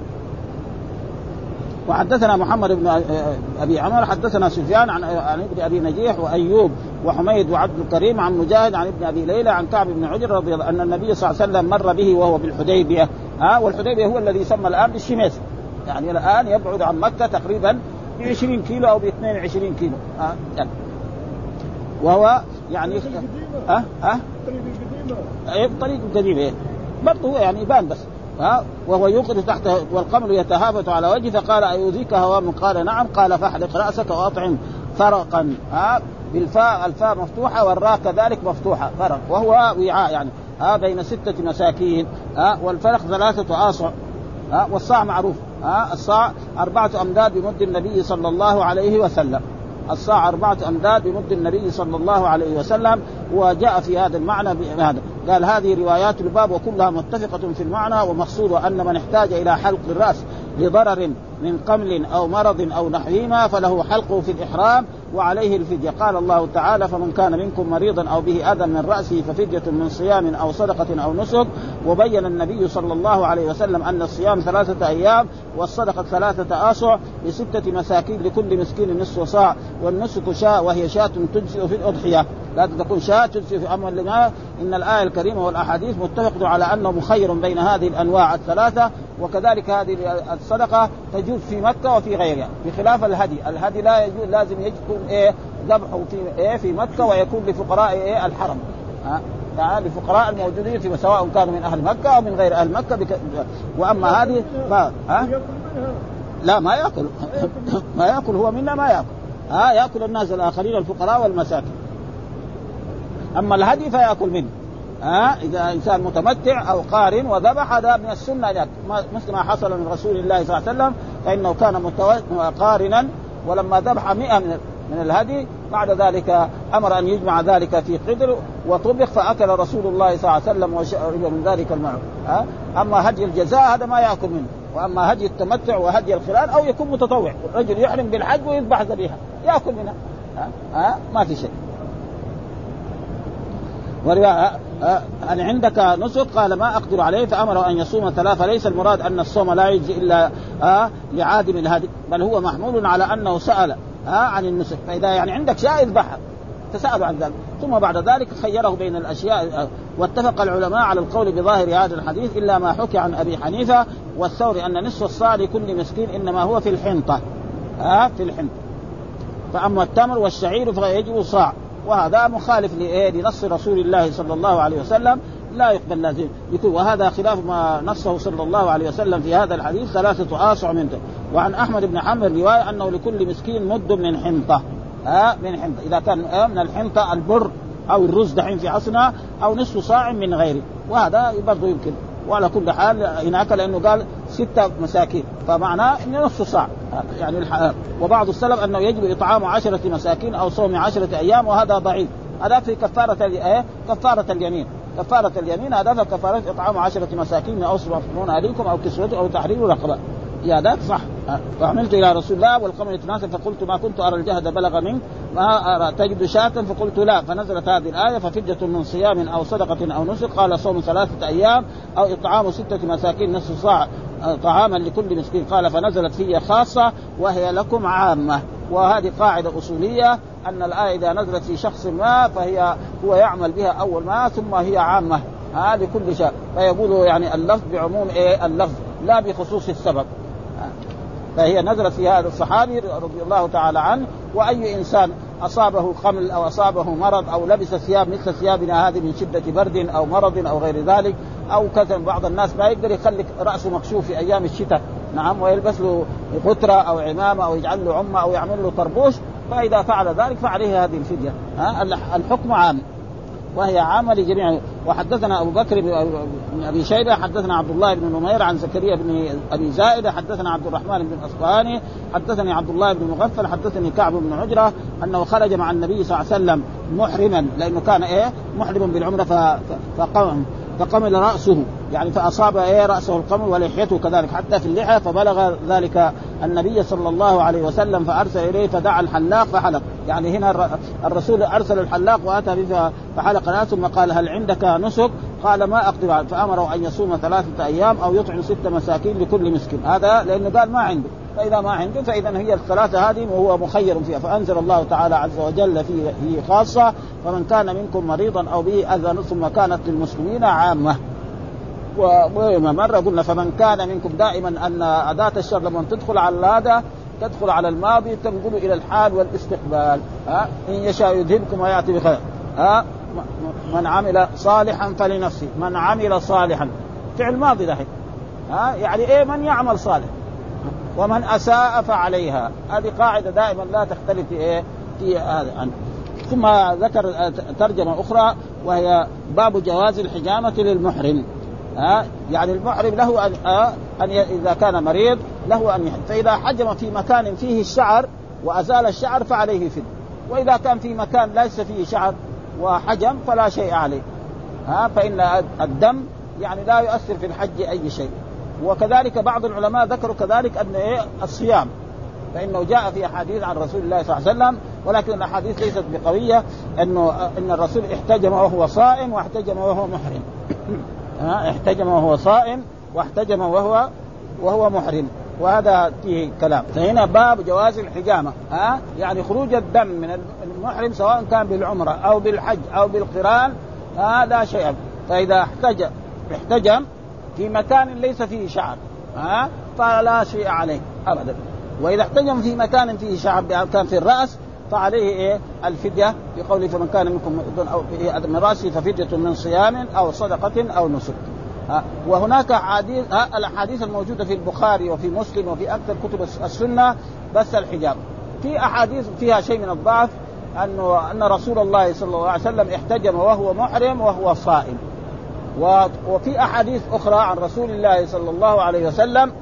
وحدثنا محمد بن أبي عمر حدثنا سفيان عن ابن أبي نجيح وأيوب وحميد وعبد الكريم عن مجاهد عن ابن أبي ليلى عن كعب بن عجرة رضي الله عنه أن النبي صلى الله عليه وسلم مر به وهو بالحديبية. ها والحديبية هو الذي يسمى الآن بالشميس، يعني الآن يبعد عن مكة تقريبا بعشرين كيلو أو باثنين وعشرين كيلو. ها يعني وهو يعني ها ها طريق قديم برضه هو يعني يبان بس. ها وهو يوقد تحت والقمل يتهافت على وجهه فقال أيؤذيك هوام؟ قال نعم. قال فاحلق رأسك وأطعم فرقا. ها بالفاء الفاء مفتوحة والراء كذلك مفتوحة فرق، وهو وعاء يعني ها بين ستة مساكين. ها والفرق ثلاثة آصع. ها والصاع معروف. ها الصاع أربعة أمداد بمد النبي صلى الله عليه وسلم. الصاع أربعة أمداد بمد النبي صلى الله عليه وسلم، وجاء في هذا المعنى بهذا. قال هذه روايات الباب وكلها متفقة في المعنى، ومقصود أن من احتاج إلى حلق الرأس لضرر من قمل أو مرض أو نحوهما فله حلقه في الإحرام وعليه الفدية. قال الله تعالى فمن كان منكم مريضا أو به أذى من رأسه ففدية من صيام أو صدقة أو نسك. وبين النبي صلى الله عليه وسلم أن الصيام ثلاثة أيام والصدقة ثلاثة آصع لستة مساكين لكل مسكين نصف صاع، والنسك شاء وهي شاة تجزئ في الأضحية، لا تكون شاة تجزئ في أمر لما إن الآية الكريمة والأحاديث متفق على أنه مخير بين هذه الأنواع الثلاثة. وكذلك هذه الصدقة تجوز في مكة وفي غيرها بخلاف الهدي. الهدي لا يجوز، لازم يكون إيه ذبحه في إيه في مكة ويكون لفقراء إيه الحرم. ها يعني لفقراء الموجودين في سواء كانوا من أهل مكة أو من غير أهل مكة بك... وأما هذه ما ها لا ما يأكل ما يأكل هو منا ما يأكل. ها يأكل الناس الآخرين الفقراء والمساكين. أما الهدي فيأكل منه. ها إذا إنسان متمتع أو قارن وذبح هذا من السنة مثل ما حصل من رسول الله صلى الله عليه وسلم، فإنه كان قارنا ولما ذبح مئة من من الهدي بعد ذلك أمر أن يجمع ذلك في قدر وطبخ فأكل رسول الله صلى الله عليه وسلم وشرب من ذلك الماء. ها أما هدي الجزاء هذا ما يأكل منه. وأما هدي التمتع وهدي الخلال أو يكون متطوع، الرجل يحرم بالحج ويذبح ذبيحة يأكل منها. ها, ها ما في شيء. ورواية أن عندك نسك قال ما أقدر عليه فأمره أن يصوم ثلاثة. ليس المراد أن الصوم لا يجزي إلا لعادم الهدي، بل هو محمول على أنه سأل عن النسك، فإذا يعني عندك شيء اذبحها تسأل عن ذلك. ثم بعد ذلك خيره بين الأشياء. واتفق العلماء على القول بظاهر هذا الحديث إلا ما حكي عن أبي حنيفة والثوري أن نصف الصاع لكل مسكين إنما هو في الحنطة. ها في الحنطة. فأما التمر والشعير فيجب صاع، وهذا مخالف لنص رسول الله صلى الله عليه وسلم لا يقبل لازم يكون، وهذا خلاف ما نصه صلى الله عليه وسلم في هذا الحديث ثلاثة آصع منه. وعن أحمد بن حنبل رواية أنه لكل مسكين مد من حنطة. آه من حنطة إذا كان آه من الحنطة البر أو الرز دحين في عصرنا أو نصف صاع من غيره، وهذا برضه يمكن وعلى كل حال هناك لأنه قال ستة مساكين فمعناه إنه نصف صاع يعني الح... وبعض السلف أنه يجب إطعام عشرة مساكين أو صوم عشرة أيام وهذا ضعيف. هذا في كفارة ال... كفارة اليمين كفارة اليمين هذا فكفارة إطعام عشرة مساكين أو صوم عليكم أو كسوته أو تحرير رقبة يا ذاك صح. فعملت إلى رسول الله والقمر يتناسب فقلت ما كنت أرى الجهد بلغ منك ما أرى تجد شاة فقلت لا فنزلت هذه الآية ففدية من صيام أو صدقة أو نسك قال صوم ثلاثة أيام أو إطعام ستة مساكين نصف صاع طعاما لكل مسكين قال فنزلت فيه خاصة وهي لكم عامة. وهذه قاعدة أصولية أن الآية إذا نزلت في شخص ما فهي هو يعمل بها أول ما ثم هي عامة ها لكل شيء. فيقولوا يعني اللفظ بعموم إيه اللفظ لا بخصوص السبب. فهي نزلت في هذا الصحابي رضي الله تعالى عنه. وأي إنسان أصابه خمل أو أصابه مرض أو لبس ثياب مثل ثيابنا هذه من شدة برد أو مرض أو غير ذلك أو كذا بعض الناس ما يقدر يخلي رأسه مكشوف في أيام الشتاء نعم ويلبس له غترة أو عمامة أو يجعل له عمة أو يعمل له طربوش فإذا فعل ذلك فعليه هذه الفدية. الحكم عام وهي عامة لجميع. وحدثنا أبو بكر بن أبي شيبة حدثنا عبد الله بن نمير عن زكريا بن أبي زائدة حدثنا عبد الرحمن بن أصفهاني حدثني عبد الله بن مغفل حدثني كعب بن عجرة أنه خرج مع النبي صلى الله عليه وسلم محرما لأنه كان إيه محرم بالعمرة فقام فقمل رأسه يعني فأصاب إيه رأسه القمل ولحيته كذلك حتى في اللحية فبلغ ذلك النبي صلى الله عليه وسلم فأرسل إليه فدعا الحلاق فحلق. يعني هنا الرسول أرسل الحلاق وأتى به فحلق رأسه ثم قال هل عندك نسك قال ما أقدر فأمره أن يصوم ثلاثة أيام أو يطعم ستة مساكين لكل مسكين. هذا لأنه قال ما عنده فإذا ما عنده فإذا هي الثلاثة هذه وهو مخير فيها. فأنزل الله تعالى عز وجل فيه خاصة فمن كان منكم مريضا أو به أذى ثم كانت للمسلمين عامة. ومرة قلنا فمن كان منكم دائما أن أداة الشر لما تدخل على هذا تدخل على الماضي تنقل إلى الحال والاستقبال. ها إن يشاء يذهبكم ويأتي بخير. ها من عمل صالحا فلنفسه من عمل صالحا فعل ماضي ذلك. ها يعني إيه من يعمل صالح ومن أساء فعليها. هذه قاعدة دائما لا تختلف في إيه في هذا. ثم ذكر ترجمة أخرى وهي باب جواز الحجامة للمحرم. ها يعني المحرم له أن, أن إذا كان مريض له أن يحجم فإذا حجم في مكان فيه الشعر وأزال الشعر فعليه فدية وإذا كان في مكان ليس فيه شعر وحجم فلا شيء عليه. ها فإن الدم يعني لا يؤثر في الحج أي شيء. وكذلك بعض العلماء ذكروا كذلك أن إيه الصيام فإنه جاء في أحاديث عن رسول الله صلى الله عليه وسلم ولكن الأحاديث ليست بقوية أنه إن الرسول احتجم وهو صائم واحتجم وهو محرم. احتجم وهو صائم واحتجم وهو وهو محرم وهذا فيه كلام. فهنا باب جواز الحجامة. ها يعني خروج الدم من المحرم سواء كان بالعمرة أو بالحج أو بالقران ها لا شيء. فإذا احتجم احتجم في مكان ليس فيه شعر ها فلا شيء عليه أبدا. وإذا احتجم في مكان فيه شعر كان في الرأس فعليه إيه الفدية بقوله فمن كان منكم أو من رأسه ففدية من صيام أو صدقة أو نسك. وهناك حديث الأحاديث الموجودة في البخاري وفي مسلم وفي أكثر كتب السنة بس الحجاب. في أحاديث فيها شيء من الضعف أنه أن رسول الله صلى الله عليه وسلم احتجم وهو محرم وهو صائم. وفي أحاديث أخرى عن رسول الله صلى الله عليه وسلم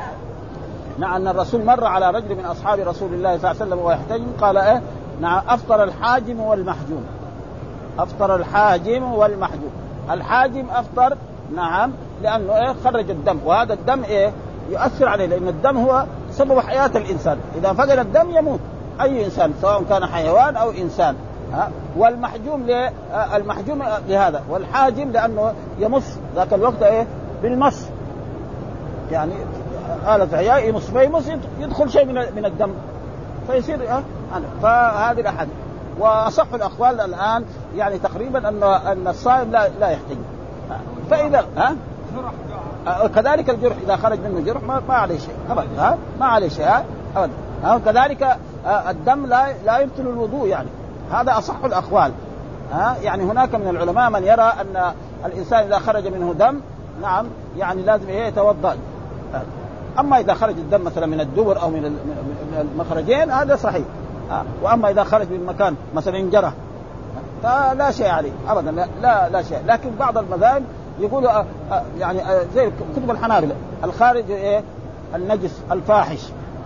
مع أن الرسول مر على رجل من أصحاب رسول الله صلى الله عليه وسلم ويحتجم قال إيه نعم أفطر الحاجم والمحجوم. أفطر الحاجم والمحجوم. الحاجم أفطر نعم لأنه إيه خرج الدم وهذا الدم إيه يؤثر عليه لأن الدم هو سبب حياة الإنسان. إذا فقد الدم يموت أي إنسان سواء كان حيوان أو إنسان. ها والمحجوم ل المحجوم لهذا والحاجم لأنه يمص ذاك الوقت إيه بالمص يعني آلة عياء يمص فيمص يدخل شيء من من الدم فيصير ها فهذه الأحد. وأصح الأقوال الآن يعني تقريبا أن أن الصائم لا لا يحتاج. فإذا ها كذلك الجرح إذا خرج منه جرح ما, ما عليه شيء أبدا. ها ما عليه شيء أبدا. ها كذلك الدم لا لا يبطل الوضوء يعني هذا أصح الأقوال. ها يعني هناك من العلماء من يرى أن الإنسان إذا خرج منه دم نعم يعني لازم يتوضأ. أما إذا خرج الدم مثلا من الدبر أو من المخرجين هذا صحيح. وأما إذا خرج من مكان مثلا انجرح فلا شيء عليه أبدا لا لا, لا شيء. لكن بعض المذاهب يقولوا يعني زي كتب الحنابلة الخارج إيه النجس الفاحش،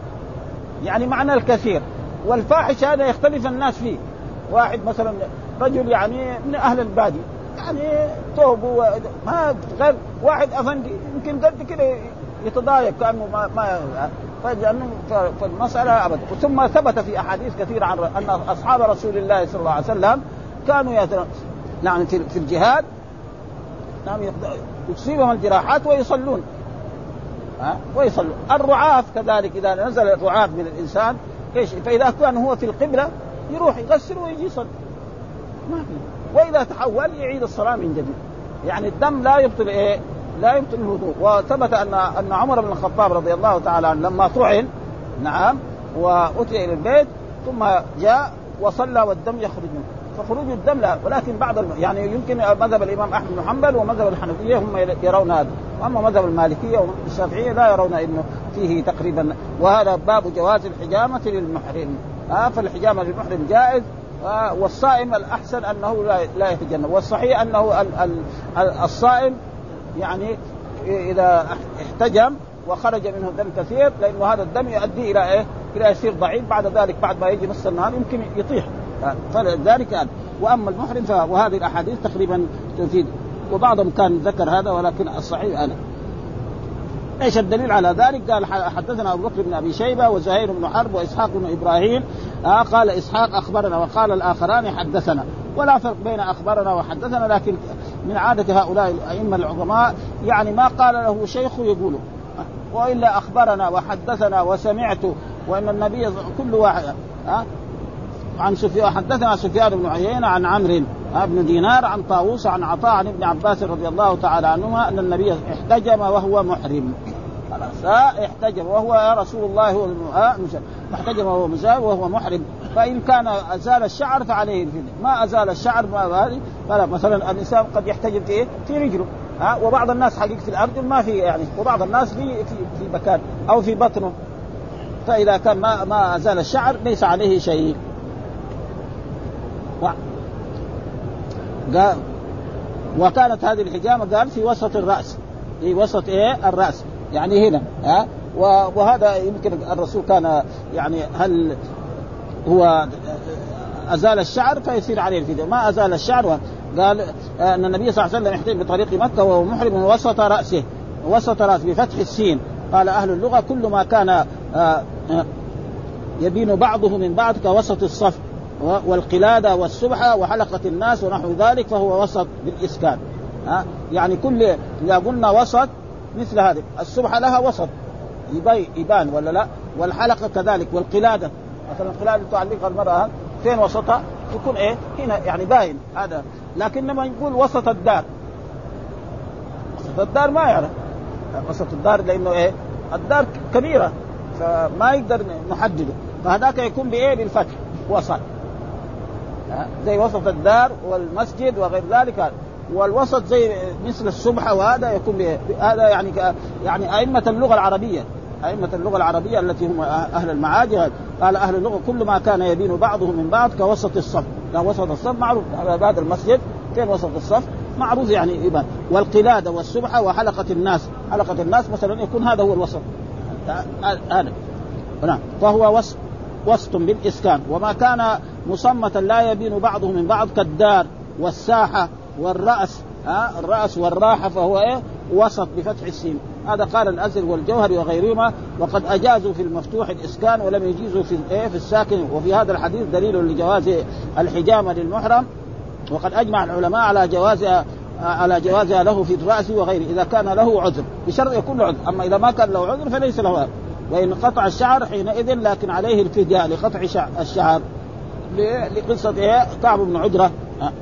يعني معنى الكثير. والفاحش هذا يختلف الناس فيه. واحد مثلا رجل يعني من أهل البادي يعني توبه ما غير واحد أفندي يمكن قد كده يتضايق كأنه ما ما فلأنه فالمسألة أبدا. ثم ثبت في أحاديث كثيرة عن أن أصحاب رسول الله صلى الله عليه وسلم كانوا يتر... نعم في في الجهاد نعم يصيبهم الجراحات ويصلون ها ويصلون. الرعاف كذلك إذا نزل الرعاف من الإنسان إيش فإذا كان هو في القبلة يروح يغسل ويجي يصلي ما في، وإذا تحول يعيد الصلاة من جديد. يعني الدم لا يبطل إيه لا يبطل الوضوء. وثبت أن أن عمر بن الخطاب رضي الله تعالى عنه لما طعن نعم وأتي إلى البيت ثم جاء وصلى والدم يخرج منه، فخروج الدم لا. ولكن بعض الم... يعني يمكن مذهب الإمام أحمد بن حنبل ومذهب الحنفية هم يرون هذا، وأما مذهب المالكية والشافعية لا يرون إنه فيه تقريبا. وهذا باب جواز الحجامة للمحرم. آه فالحجامة للمحرم جائز. آه والصائم الأحسن أنه لا لا يتجنب، والصحيح أنه ال... ال... الصائم يعني إذا احتجم وخرج منه دم كثير لأنه هذا الدم يؤدي إلى إيه إلى يصير ضعيف بعد ذلك بعد ما يجي نص النهار يمكن يطيح. فلذلك أن وأما المحرم ف... وهذه الأحاديث تقريبا تفيد، وبعضهم كان ذكر هذا ولكن الصحيح أنا ايش الدليل على ذلك؟ قال حدثنا ابو بكر بن ابي شيبه وزهير بن حرب واسحاق بن ابراهيم. آه قال اسحاق اخبرنا وقال الاخران حدثنا، ولا فرق بين اخبرنا وحدثنا، لكن من عاده هؤلاء الائمه العظماء يعني ما قال له شيخ يقوله، والا اخبرنا وحدثنا وسمعت، وان النبي كل واحد آه عن سفيان حدثنا سفيان بن عيينة عن عمرو بن دينار عن طاووس عن عطاء عن ابن عباس رضي الله تعالى عنهما أن النبي احتجم وهو محرم. خلاص احتجم وهو يا رسول الله هو محتجم وهو مزال وهو محرم، فإن كان أزال الشعر فعليه الفدية، ما أزال الشعر ما هذه فلا. مثلا الإنسان قد يحتجم في إيه؟ في رجله ها، وبعض الناس حقيقة في الأرض ما في يعني، وبعض الناس في في في مكان أو في بطنه، فإذا كان ما ما أزال الشعر ليس عليه شيء. و... قال وكانت هذه الحجامة قال في وسط الرأس، في وسط إيه الرأس يعني هنا ها. وهذا يمكن الرسول كان يعني هل هو أزال الشعر فيصير عليه الفدية، ما أزال الشعر. قال أن النبي صلى الله عليه وسلم يحتج بطريق مكة وهو محرم وسط رأسه، وسط رأسه بفتح السين. قال أهل اللغة كل ما كان يبين بعضه من بعض كوسط الصف والقلادة والسبحة وحلقة الناس ونحو ذلك فهو وسط بالإسكان ها. يعني كل إذا قلنا وسط مثل هذه السبحة لها وسط يبان ولا لا، والحلقة كذلك، والقلادة مثلا القلادة تعلقها المرأة فين وسطها يكون إيه هنا يعني باين هذا. لكن لما يقول وسط الدار، وسط الدار ما يعرف وسط الدار لأنه إيه الدار كبيرة فما يقدر نحدده، فهذاك يكون بإيه بالفتح وسط زي وسط الدار والمسجد وغير ذلك. والوسط زي مثل السبحة، وهذا يكون هذا يعني يعني أئمة اللغة العربية، أئمة اللغة العربية التي هم أهل المعاجم قال أهل اللغة كل ما كان يبين بعضه من بعض كوسط الصف. لا وسط الصف معروف هذا المسجد فين وسط الصف معروف يعني يبان. والقلادة والسبحة وحلقة الناس، حلقة الناس مثلا يكون هذا هو الوسط هذا نعم، فهو وسط وسط بالإسكان. وما كان مصمتا لا يبين بعضه من بعض كالدار والساحة والرأس ها الرأس والراحة فهو إيه وسط بفتح السين. هذا قال الأزل والجوهري وغيرهما. وقد أجازوا في المفتوح الإسكان ولم يجيزوا في إيه في الساكن. وفي هذا الحديث دليل لجواز الحجامة للمحرم، وقد أجمع العلماء على جوازها على جوازها له في الرأس وغيره إذا كان له عذر، بشرط يكون له عذر. أما إذا ما كان له عذر فليس له عذر. وإن قطع الشعر حينئذ لكن عليه الفدية لقطع الشعر لقصة إيه كعب بن عجرة.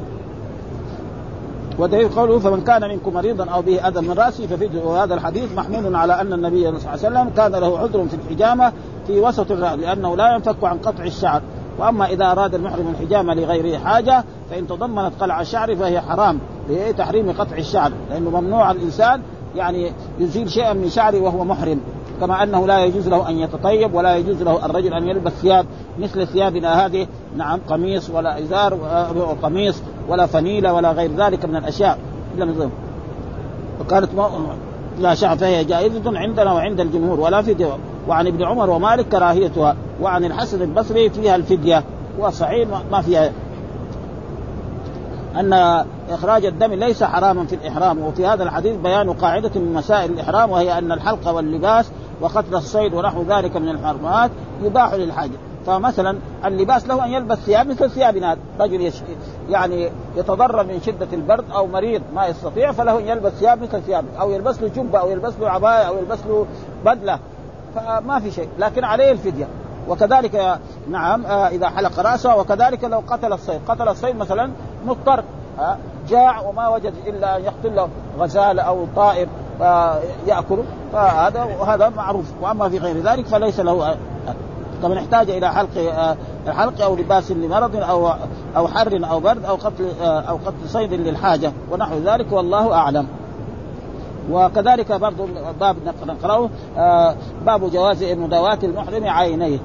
ودليل قوله فمن كان منكم مريضا أو به أذى من رأسه ففدية. وهذا الحديث محمول على أن النبي صلى الله عليه وسلم كان له عذر في الحجامة في وسط الرأس لأنه لا ينفك عن قطع الشعر. وأما إذا أراد المحرم الحجامة لغيره حاجة فإن تضمنت قلع الشعر فهي حرام لتحريم قطع الشعر، لأنه ممنوع الإنسان يعني يزيل شيئا من شعره وهو محرم، كما أنه لا يجوز له أن يتطيب ولا يجوز له الرجل أن يلبس ثياب مثل ثيابنا هذه نعم قميص ولا إزار قميص ولا فنيلة ولا غير ذلك من الأشياء إلا من وكانت لا شعر فهي جائزة عندنا وعند الجمهور ولا فدية. وعن ابن عمر ومالك كراهيتها، وعن الحسن البصري فيها الفدية، وصحيح ما فيها. أن إخراج الدم ليس حراما في الإحرام. وفي هذا الحديث بيان قاعدة من مسائل الإحرام، وهي أن الحلق واللباس وقتل الصيد ونحو ذلك من الحرمات يباح للحاجة. فمثلا اللباس له أن يلبس ثياب مثل ثيابنا، رجل يعني يتضرر من شدة البرد أو مريض ما يستطيع فله أن يلبس ثياب مثل ثياب، أو يلبس له جبة أو يلبس له عباية أو يلبس له بدلة، فما في شيء، لكن عليه الفدية. وكذلك نعم إذا حلق رأسه. وكذلك لو قتل الصيد، قتل الصيد مثلا مضطر جاع وما وجد إلا أن يقتل له غزال أو طائر يأكله، فهذا وهذا معروف. وأما في غير ذلك فليس له. طبعا احتاج إلى حلق الحلق أو لباس لمرض أو أو حر أو برد أو قتل أو قتل صيد للحاجة ونحو ذلك، والله أعلم. وكذلك برضو باب نقرأه باب جواز مداواة المحرم عينيه.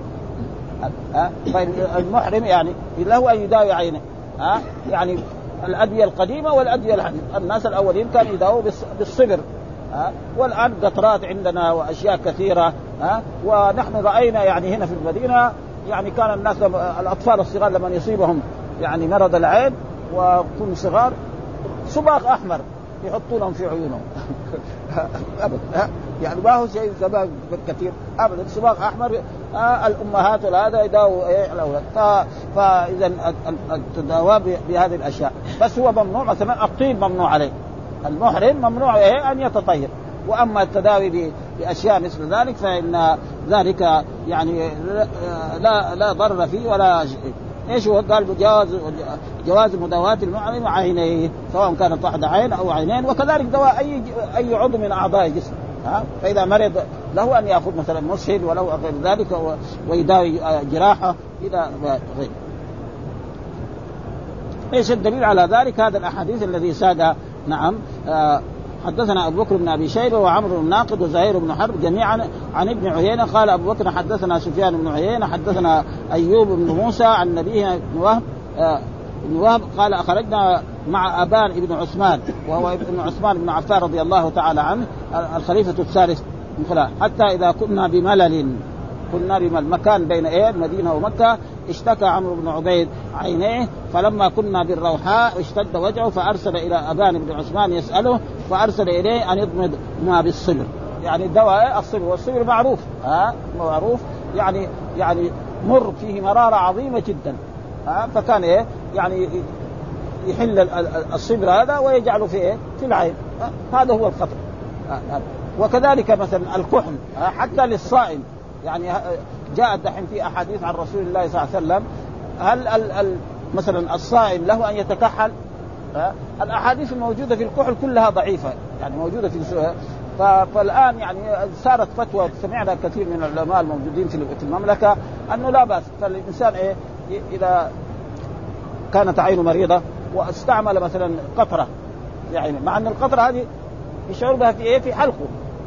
المحرم يعني له أن يداوي عينيه، يعني الأدوية القديمة والأدوية الحديثة. الناس الأولين كانوا يداووا بالصبر، والآن قطرات عندنا وأشياء كثيرة. ونحن رأينا يعني هنا في المدينة يعني كان الناس الأطفال الصغار لما يصيبهم يعني مرض العين وكون صغار صباغ أحمر يحطونهم في عيونهم أبدا، يعني ما هو شيء زمان كثير أبدا، صباغ أحمر. آه الأمهات وهذا يداووا إيه الأولاد. فإذا التداوى بهذه الأشياء. بس هو ممنوع مثلا الطيب ممنوع عليه، المحرم ممنوع إيه أن يتطير. وأما التداوي بأشياء مثل ذلك فإن ذلك يعني لا لا ضرر فيه ولا شيء. ايش هو؟ قال جواز جواز مداواة المحرم عينيه، سواء كانت واحدة عين او عينين. وكذلك دواء اي اي عضو من اعضاء الجسم، ها فاذا مرض له ان ياخذ مثلا مسهل ولو غير ذلك ويداوي جراحه الى غير. ايش الدليل على ذلك؟ هذا الاحاديث الذي ساد. نعم آه حدثنا أبو بكر بن أبي شيبة وعمرو الناقد وزهير بن حرب جميعا عن ابن عيينة. قال أبو بكر حدثنا سفيان بن عيينة حدثنا أيوب بن موسى عن نبيه بن وهب آه بن وهب قال أخرجنا مع أبان ابن عثمان وهو ابن عثمان بن عفان رضي الله تعالى عنه الخليفة الثالث من خلال، حتى إذا كنا بملل، كنا بملل مكان بين إيه المدينة ومكة، اشتكى عمرو بن عبيد عينيه، فلما كنا بالروحاء اشتد وجعه فأرسل إلى أبان بن عثمان يسأله، فأرسل إليه أن يضمد ما بالصبر، يعني الدواء الصبر، والصبر معروف ها معروف يعني يعني مر فيه مرارة عظيمة جدا، ها فكان إيه يعني يحل الصبر هذا ويجعله في إيه في العين، هذا هو الخطر. وكذلك مثلا الكحل حتى للصائم، يعني جاء دحين في أحاديث عن رسول الله صلى الله عليه وسلم هل ال ال مثلا الصائم له أن يتكحل؟ الأحاديث الموجودة في الكحل كلها ضعيفة، يعني موجودة في فالآن يعني صارت فتوى سمعنا كثير من العلماء الموجودين في المملكة أنه لا بأس. فالإنسان إيه إذا كانت عينه مريضة واستعمل مثلا قطرة، يعني مع أن القطرة هذه يشعر بها في إيه في حلقه،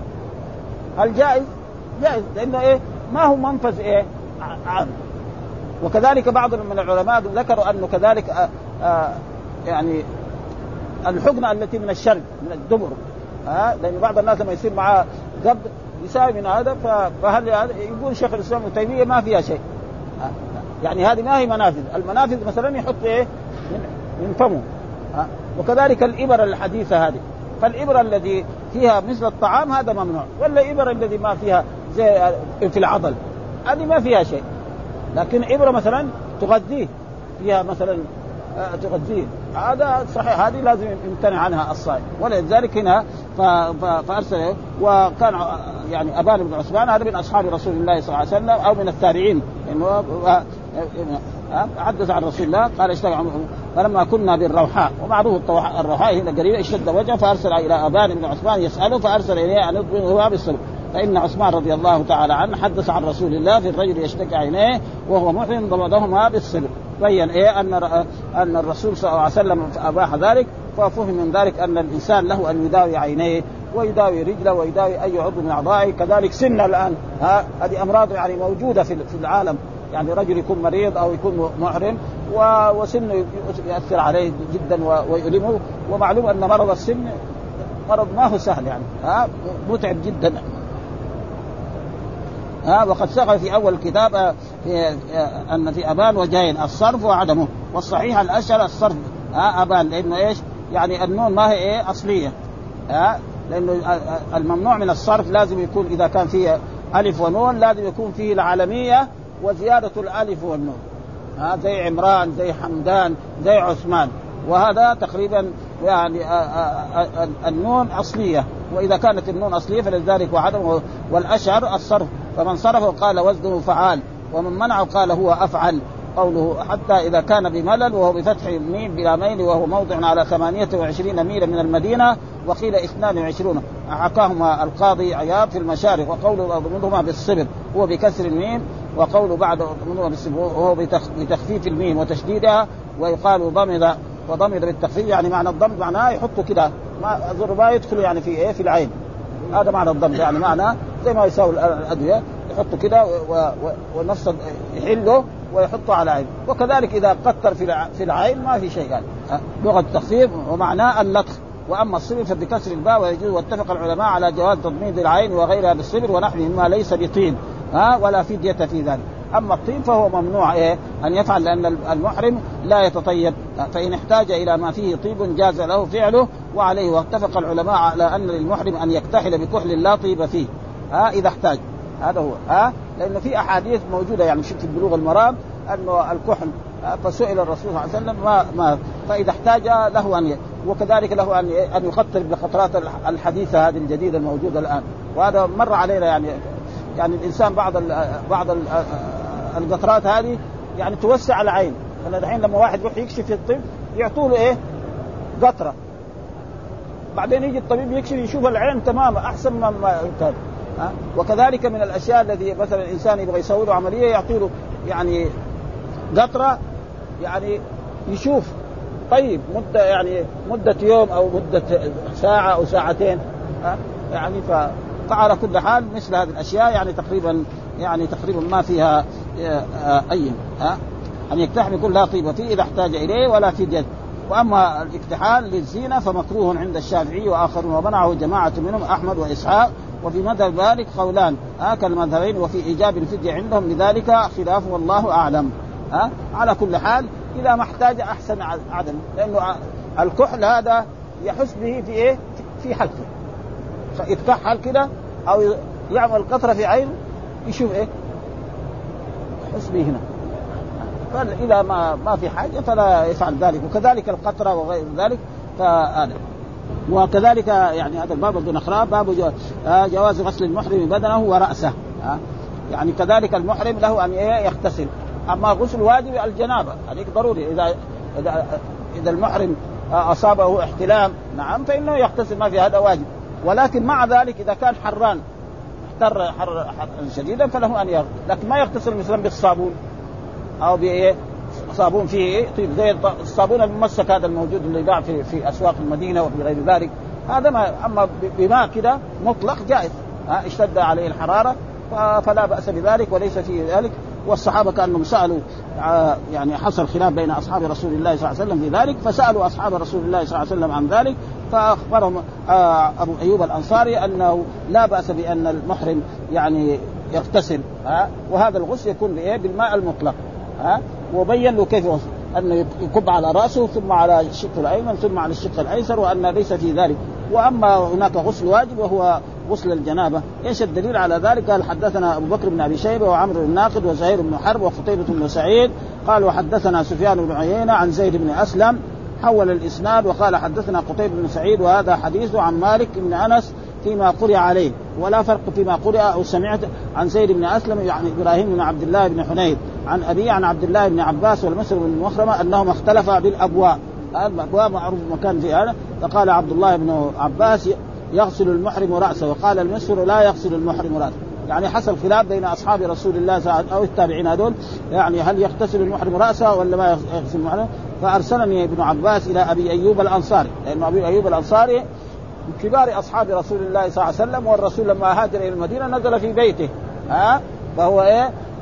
هل جائز؟ جائز، لأنه إيه ما هو منفذ إيه عام. وكذلك بعض من العلماء ذكروا أنه كذلك آآ آآ يعني الحقنة التي من الشرج من الدبر، ها لأن بعض الناس لما يصير معاه قبض يساوي من هذا، فهل يقول شيخ الإسلام ابن تيمية ما فيها شيء، يعني هذه ما هي منافذ. المنافذ مثلا يحط إيه من, من فمه، ها وكذلك الإبر الحديثة هذه، فالإبرة الذي فيها مثل الطعام هذا ممنوع، ولا الإبرة الذي ما فيها زي في العضل هذه ما فيها شيء. لكن إبرة مثلا تغذيه فيها مثلا تغذيه هذا صحيح، هذه لازم يمتنع عنها الصائم. ولذلك هنا فأرسل. وكان يعني أبان بن عثمان هذا من أصحاب رسول الله صلى الله عليه وسلم أو من التابعين، إنه حدث عن رسول الله قال اشتكى فلما كنا بالروحاء، ومعروف الروحاء هنا قريبة، اشتد وجهه فأرسل إلى أبان بن عثمان يسأله، فأرسل إليه أن يضمه بالصبر. فإن عثمان رضي الله تعالى عنه حدث عن رسول الله في الرجل يشتكي عينيه وهو محرم ضمدهما بالصبر، بين إيه أن أن الرسول صلى الله عليه وسلم أباح ذلك. ففهم من ذلك أن الإنسان له أن يداوي عينيه ويداوي رجله ويداوي أي عضو من أعضائه. كذلك سن الآن ها هذه أمراض يعني موجودة في في العالم، يعني رجل يكون مريض أو يكون محرم وسنه يؤثر عليه جدا ويؤلمه. ومعلوم أن مرض السن مرض ما هو سهل يعني ها متعب جدا. ها وقد سبق في أول الكتاب في أن في أبان وجهين الصرف وعدمه، والصحيح الأشهر الصرف ها أبان، لأنه إيش يعني النون ما هي إيه أصلية ها، لأنه الممنوع من الصرف لازم يكون إذا كان فيه ألف ونون لازم يكون فيه العالمية وزيادة الألف والنون ها، زي عمران زي حمدان زي عثمان، وهذا تقريبا يعني النون أصلية، وإذا كانت النون أصلية فلذلك وعدم. والأشهر الصرف، فمن صرفه قال وزنه فعال، ومن منعه قال هو أفعل. قوله حتى إذا كان بملل وهو بفتح ميم بلا ميل وهو موضع على ثمانية وعشرين ميلا من المدينة، وقيل اثنان وعشرون حكاهما القاضي عياض في المشارق. وقوله منهما بالصبر هو بكسر الميم، وقوله بعد منهما بالصبر وهو بتخفيف الميم وتشديدها، ويقال ضمد وضمد بالتخفيف، يعني معنى الضمد معناه يحطه كده ما أظن ما يدخل يعني في إيه في العين، هذا معنى الضمد، يعني معناه زي ما يساوي الأدوية يحطه كده ونفس يحله ويحطه على العين. وكذلك إذا قطر في العين ما في شيء يعني لغة التخفيف ومعناه اللطخ. وأما الصبر فبكسر الباء ويجوز، واتفق العلماء على جواز تضميد العين وغيرها بالصبر ونحوه مما ليس بطين ها ولا فدية في ذلك. أما الطيب فهو ممنوع إيه أن يفعل، لأن المحرم لا يتطيب، فإن احتاج إلى ما فيه طيب جاز له فعله وعليه. واتفق العلماء على أن للمحرم أن يكتحل بكحل لا طيب فيه ها إذا احتاج، هذا هو ها، لأنه في أحاديث موجودة يعني في بلوغ المرام أنه الكحل، فسئل الرسول صلى الله عليه وسلم ما, ما فإذا احتاج له أن ي... وكذلك له أن أن يخطر بخطرات الحديثة هذه الجديدة الموجودة الآن، وهذا مر علينا يعني يعني الإنسان بعض ال... بعض ال... القطرات هذه يعني توسع العين. فالحين لما واحد يروح يكشف في الطب يعطوا له إيه قطرة، بعدين يجي الطبيب يكشف يشوف العين تماما أحسن ما كان. وكذلك من الأشياء التي مثلا الإنسان يبغى يسوي له عملية يعطوا له يعني قطرة يعني يشوف طيب مدة يعني مدة يوم أو مدة ساعة أو ساعتين يعني. فعلى كل حال مثل هذه الأشياء يعني تقريبا يعني تقريبا ما فيها أي ها أن يكتحل بكل لا طيب فيه إذا احتاج إليه ولا في جد. وأما الاكتحال للزينة فمكروه عند الشافعي وآخرون، ومنعه جماعة منهم أحمد وإسحاق، وفي مذهب مالك قولان هكذا المذهبين، وفي إيجاب الفدية عندهم لذلك خلاف والله أعلم. ها على كل حال إذا ما احتاج أحسن عدم، لأنه الكحل هذا يحس به في إيه في حلقه، يتكحل كده أو يعمل قطرة في عين يشوف إيه يحس به هنا، فإذا ما ما في حاجة فلا يفعل ذلك. وكذلك القطرة وغير ذلك فهذا. وكذلك يعني هذا الباب بدون أخراب باب جواز غسل المحرم بدنه ورأسه، يعني كذلك المحرم له أن يغتسل. أما غسل واجب الجنابة هذيك ضروري، إذا إذا إذا المحرم أصابه احتلام نعم فإنه يغتسل ما في هذا واجب. ولكن مع ذلك إذا كان حران احتر حر, حر شديدا فله أن يغتسل، لكن ما يغتسل مثلا بالصابون أو بإيه صابون فيه طيب زي الصابون الممسك هذا الموجود اللي يباع في في أسواق المدينة وفي غير ذلك، هذا ما. أما بماء كده مطلق جائز ها اشتد عليه الحرارة فلا بأس بذلك وليس فيه ذلك. والصحابة كانوا سألوا يعني حصل خلاف بين أصحاب رسول الله صلى الله عليه وسلم في ذلك، فسألوا أصحاب رسول الله صلى الله عليه وسلم عن ذلك، فأخبرهم أبو أيوب الأنصاري أنه لا بأس بأن المحرم يعني يغتسل ها، وهذا الغسل يكون بإيه بالماء المطلق ها. وبين له كيف غسل، أنه يكب على رأسه ثم على الشق الأيمن ثم على الشق الأيسر، وأن ليس في ذلك. وأما هناك غسل واجب وهو غسل الجنابة. ايش الدليل على ذلك؟ قال حدثنا ابو بكر بن ابي شيبه وعمرو الناقد وزهير بن حرب وقتيبة بن سعيد قال وحدثنا سفيان بن عيينة عن زيد بن اسلم حول الاسناد وقال حدثنا قتيبة بن سعيد وهذا حديث عن مالك بن انس فيما قرئ عليه، ولا فرق فيما قرئ او سمعت عن زيد بن اسلم يعني ابراهيم بن عبد الله بن حنيد عن ابي عن عبد الله بن عباس والمسر بن مخرمه انهم اختلفا بالابواء. الابواء معروف مكان في هذا، فقال عبد الله بن عباس يغسل المحرم رأسه، وقال المسفر لا يغسل المحرم رأسه. يعني حصل خلاف بين أصحاب رسول الله صلى الله عليه وسلم أو التابعين هذول، يعني هل يغتسل المحرم رأسه ولا ما يغسل المحرم. فأرسلني ابن عباس إلى أبي أيوب الأنصاري، لأن أبي أيوب الأنصاري من كبار أصحاب رسول الله صلى الله عليه وسلم، والرسول لما هاجر إلى المدينة نزل في بيته ها، فهو إيه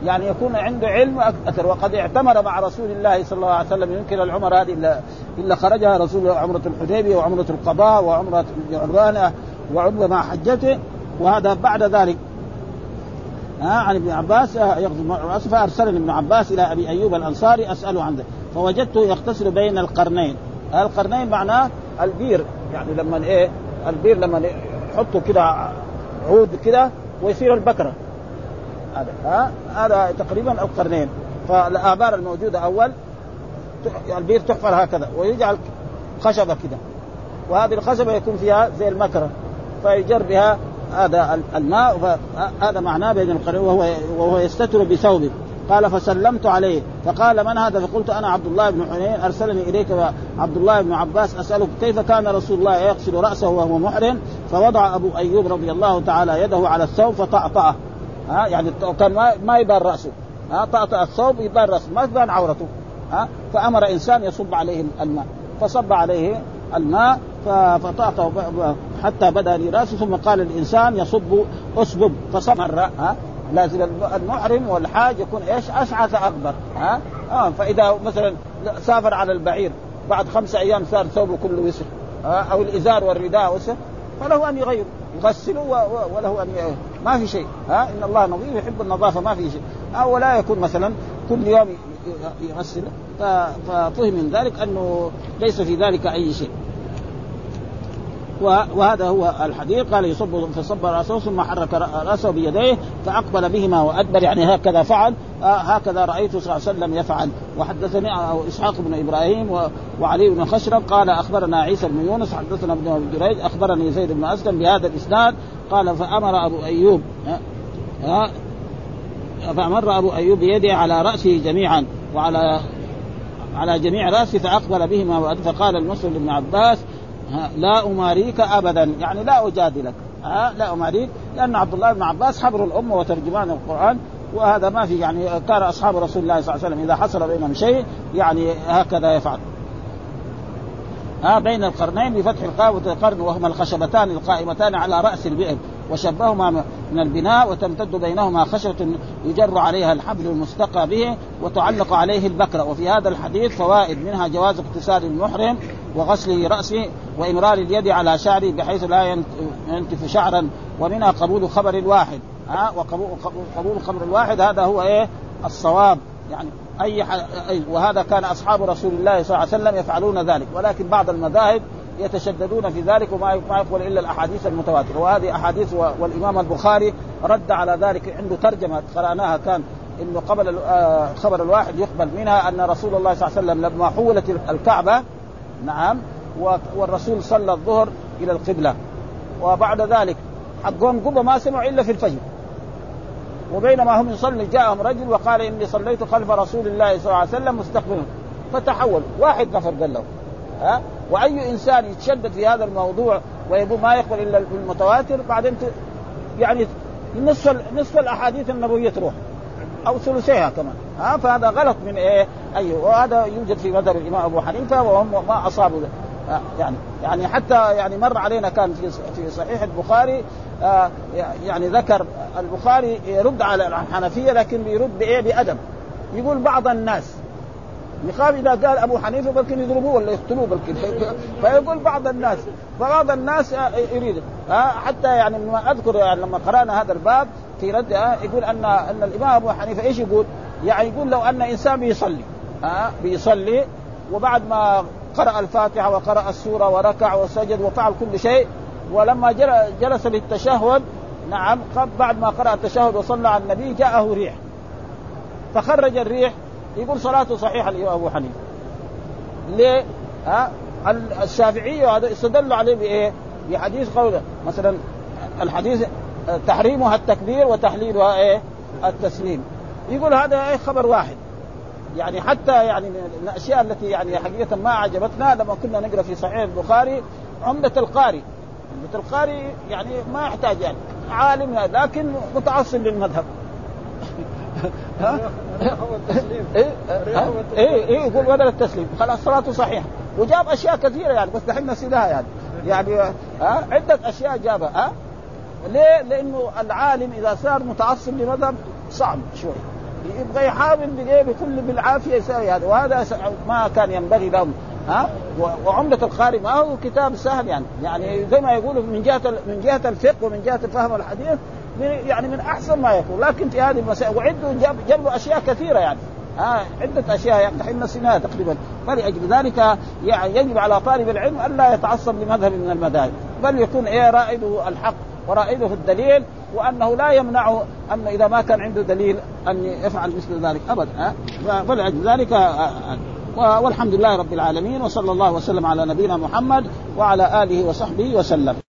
يعني يكون عنده علم أكثر. وقد اعتمر مع رسول الله صلى الله عليه وسلم، يمكن العمر هذه إلا, إلا خرجها رسول الله، عمرة الحديبية وعمرة القضاء وعمرة الجعرانة وعمرة مع حجته. وهذا بعد ذلك ها عن ابن عباس يغزو رأسه، فأرسلني ابن عباس إلى أبي أيوب الأنصاري أسأله عنه، فوجدته يغتسل بين القرنين. القرنين معناه البير، يعني لما إيه البير لما يحطوا كده عود كده ويصير البكرة، هذا ها هذا تقريبا القرنين. فالآبار الموجودة أول البير تحفر هكذا ويجعل خشبة كده، وهذه الخشبة يكون فيها زي المكرة فيجر بها هذا الماء، هذا معناه بين القرنين. وهو وهو يستتر بثوبه. قال فسلمت عليه فقال من هذا؟ فقلت أنا عبد الله بن حنين أرسلني إليك عبد الله بن عباس أسألك كيف كان رسول الله يغسل رأسه وهو محرم؟ فوضع أبو أيوب رضي الله تعالى يده على الثوب فطأطأه، ها يعني كان ما ما يبان رأسه، ها طأطأ الثوب يبان رأسه ما يبان عورته، ها فأمر إنسان يصب عليه الماء فصب عليه الماء فطأطأ حتى بدأ لي رأسه، ثم قال الإنسان يصب أصبب فصب مرة. ها لازم المحرم والحاج يكون ايش أشعث أكبر، ها آه فإذا مثلا سافر على البعير بعد خمسة أيام صار ثوبه كله وسخ، أو الإزار والرداء وسخ، فله أن يغير يغسله وله أن ي... ما في شيء، ها إن الله نظيف يحب النظافة ما في شيء. أو لا يكون مثلا كل يوم يغسل، ففهم من ذلك أنه ليس في ذلك أي شيء. وهذا هو الحديث. قال يصب فصب رأسه ثم حرك رأسه بيديه فأقبل بهما وأدبر، يعني هكذا فعل، هكذا رأيته صلى الله عليه وسلم يفعل. وحدثني إسحاق بن إبراهيم وعلي بن خشرم قال أخبرنا عيسى بن يونس حدثنا ابن جريج أخبرني زيد بن أسلم بهذا الإسناد. قال فأمر أبو أيوب فأمر أبو أيوب بيده على رأسه جميعا وعلى على جميع رأسه فأقبل بهما وأدبر. فقال المسلم بن عباس لا أماريك أبدا، يعني لا أجادلك، لا أماريك، لأن عبد الله بن عباس حبر الأمة وترجمان القرآن، وهذا ما في يعني كان أصحاب رسول الله صلى الله عليه وسلم إذا حصل بينهم شيء يعني هكذا يفعل. ها بين القرنين بفتح القاف والقرن وهما الخشبتان القائمتان على رأس البئر، وشبههما من البناء، وتمتد بينهما خشبة يجر عليها الحبل المستقى به وتعلق عليه البكرة. وفي هذا الحديث فوائد، منها جواز اغتسال المحرم وغسل رأسه وإمرار اليد على شعره بحيث لا ينتف شعرا، ومنها قبول خبر الواحد، ها وقبول خبر الواحد هذا هو ايه الصواب، يعني أي, ح... أي وهذا كان أصحاب رسول الله صلى الله عليه وسلم يفعلون ذلك، ولكن بعض المذاهب يتشددون في ذلك وما يقول إلا الأحاديث المتواترة، وهذه أحاديث. والإمام البخاري رد على ذلك، عنده ترجمة قرأناها كان إنه قبل خبر الواحد يقبل منها أن رسول الله صلى الله عليه وسلم لما حولت الكعبة نعم والرسول صلى الظهر إلى القبلة، وبعد ذلك حقهم قبة ما سمعوا إلا في الفجر، وبينما هم يصلي جاءهم رجل وقال إني صليت خلف رسول الله صلى الله عليه وسلم مستقبلا، فتحول واحد نفر قال له ها. وأي إنسان يتشدد في هذا الموضوع ويقول ما يقبل إلا المتواتر، بعدين يعني نصف نصف الأحاديث النبوية تروح أو ثلثيها كمان، ها فهذا غلط من إيه أيوه. وهذا يوجد في مذهب الإمام أبو حنيفة وهم ما أصابوا يعني يعني حتى يعني مر علينا كان في في صحيح البخاري آه يعني ذكر البخاري يرد على الحنفية لكن بيرد بإيه بأدب، يقول بعض الناس يخاف إذا قال أبو حنيفة بلكن يضربوه ولا يقتلوه بلكن، فيقول بعض الناس، فبعض الناس يريد آه حتى يعني ما أذكر يعني لما قرأنا هذا الباب في رد آه يقول أن أن الإمام أبو حنيفة إيش يقول، يعني يقول لو أن إنسان بيصلي آه بيصلي وبعد ما قرأ الفاتحة وقرأ السورة وركع وسجد وفعل كل شيء، ولما جلس للتشهد نعم بعد ما قرأ التشهد وصلى على النبي جاءه ريح فخرج الريح، يقول صلاته صحيحة الإمام أبو حنيفة. ليه؟ ها الشافعي هذا استدلوا عليه بإيه؟ بحديث قوله مثلا الحديث تحريمها التكبير وتحليلها إيه؟ التسليم، يقول هذا إيه خبر واحد. يعني حتى يعني من الأشياء التي يعني حقيقة ما عجبتنا لما كنا نقرأ في صحيح البخاري عمدة القاري، عمدة القاري يعني ما يحتاج يعني عالم لكن متعصب للمذهب ها ايه ايه يقول بدل التسليم خلاص صلاته صحيحة، وجاب أشياء كثيرة يعني بس دحين نسيناها يعني يعني ها عدة أشياء جابها. ها ليه؟ لأنه العالم إذا صار متعصب لمذهب صعب شوي، يبغى يحاول بكل بالعافيه يسوي هذا، وهذا ما كان ينبغي لهم. ها وعمدة القارئ ما هو كتاب سهل يعني، يعني زي ما يقولوا من جهة من جهة الفقه ومن جهة فهم الحديث يعني من أحسن ما يكون، لكن في هذه المسائل وعدوا جاب جابوا أشياء كثيرة يعني ها عدة أشياء يعني تحل سنها تقريبا. فلأجل ذلك يعني يجب على طالب العلم ألا يتعصب لمذهب من المذاهب، بل يكون إيه رائده الحق ورائده الدليل، وأنه لا يمنعه أن إذا ما كان عنده دليل أن يفعل مثل ذلك أبدا. فلأجل ذلك والحمد لله رب العالمين، وصلى الله وسلم على نبينا محمد وعلى آله وصحبه وسلم.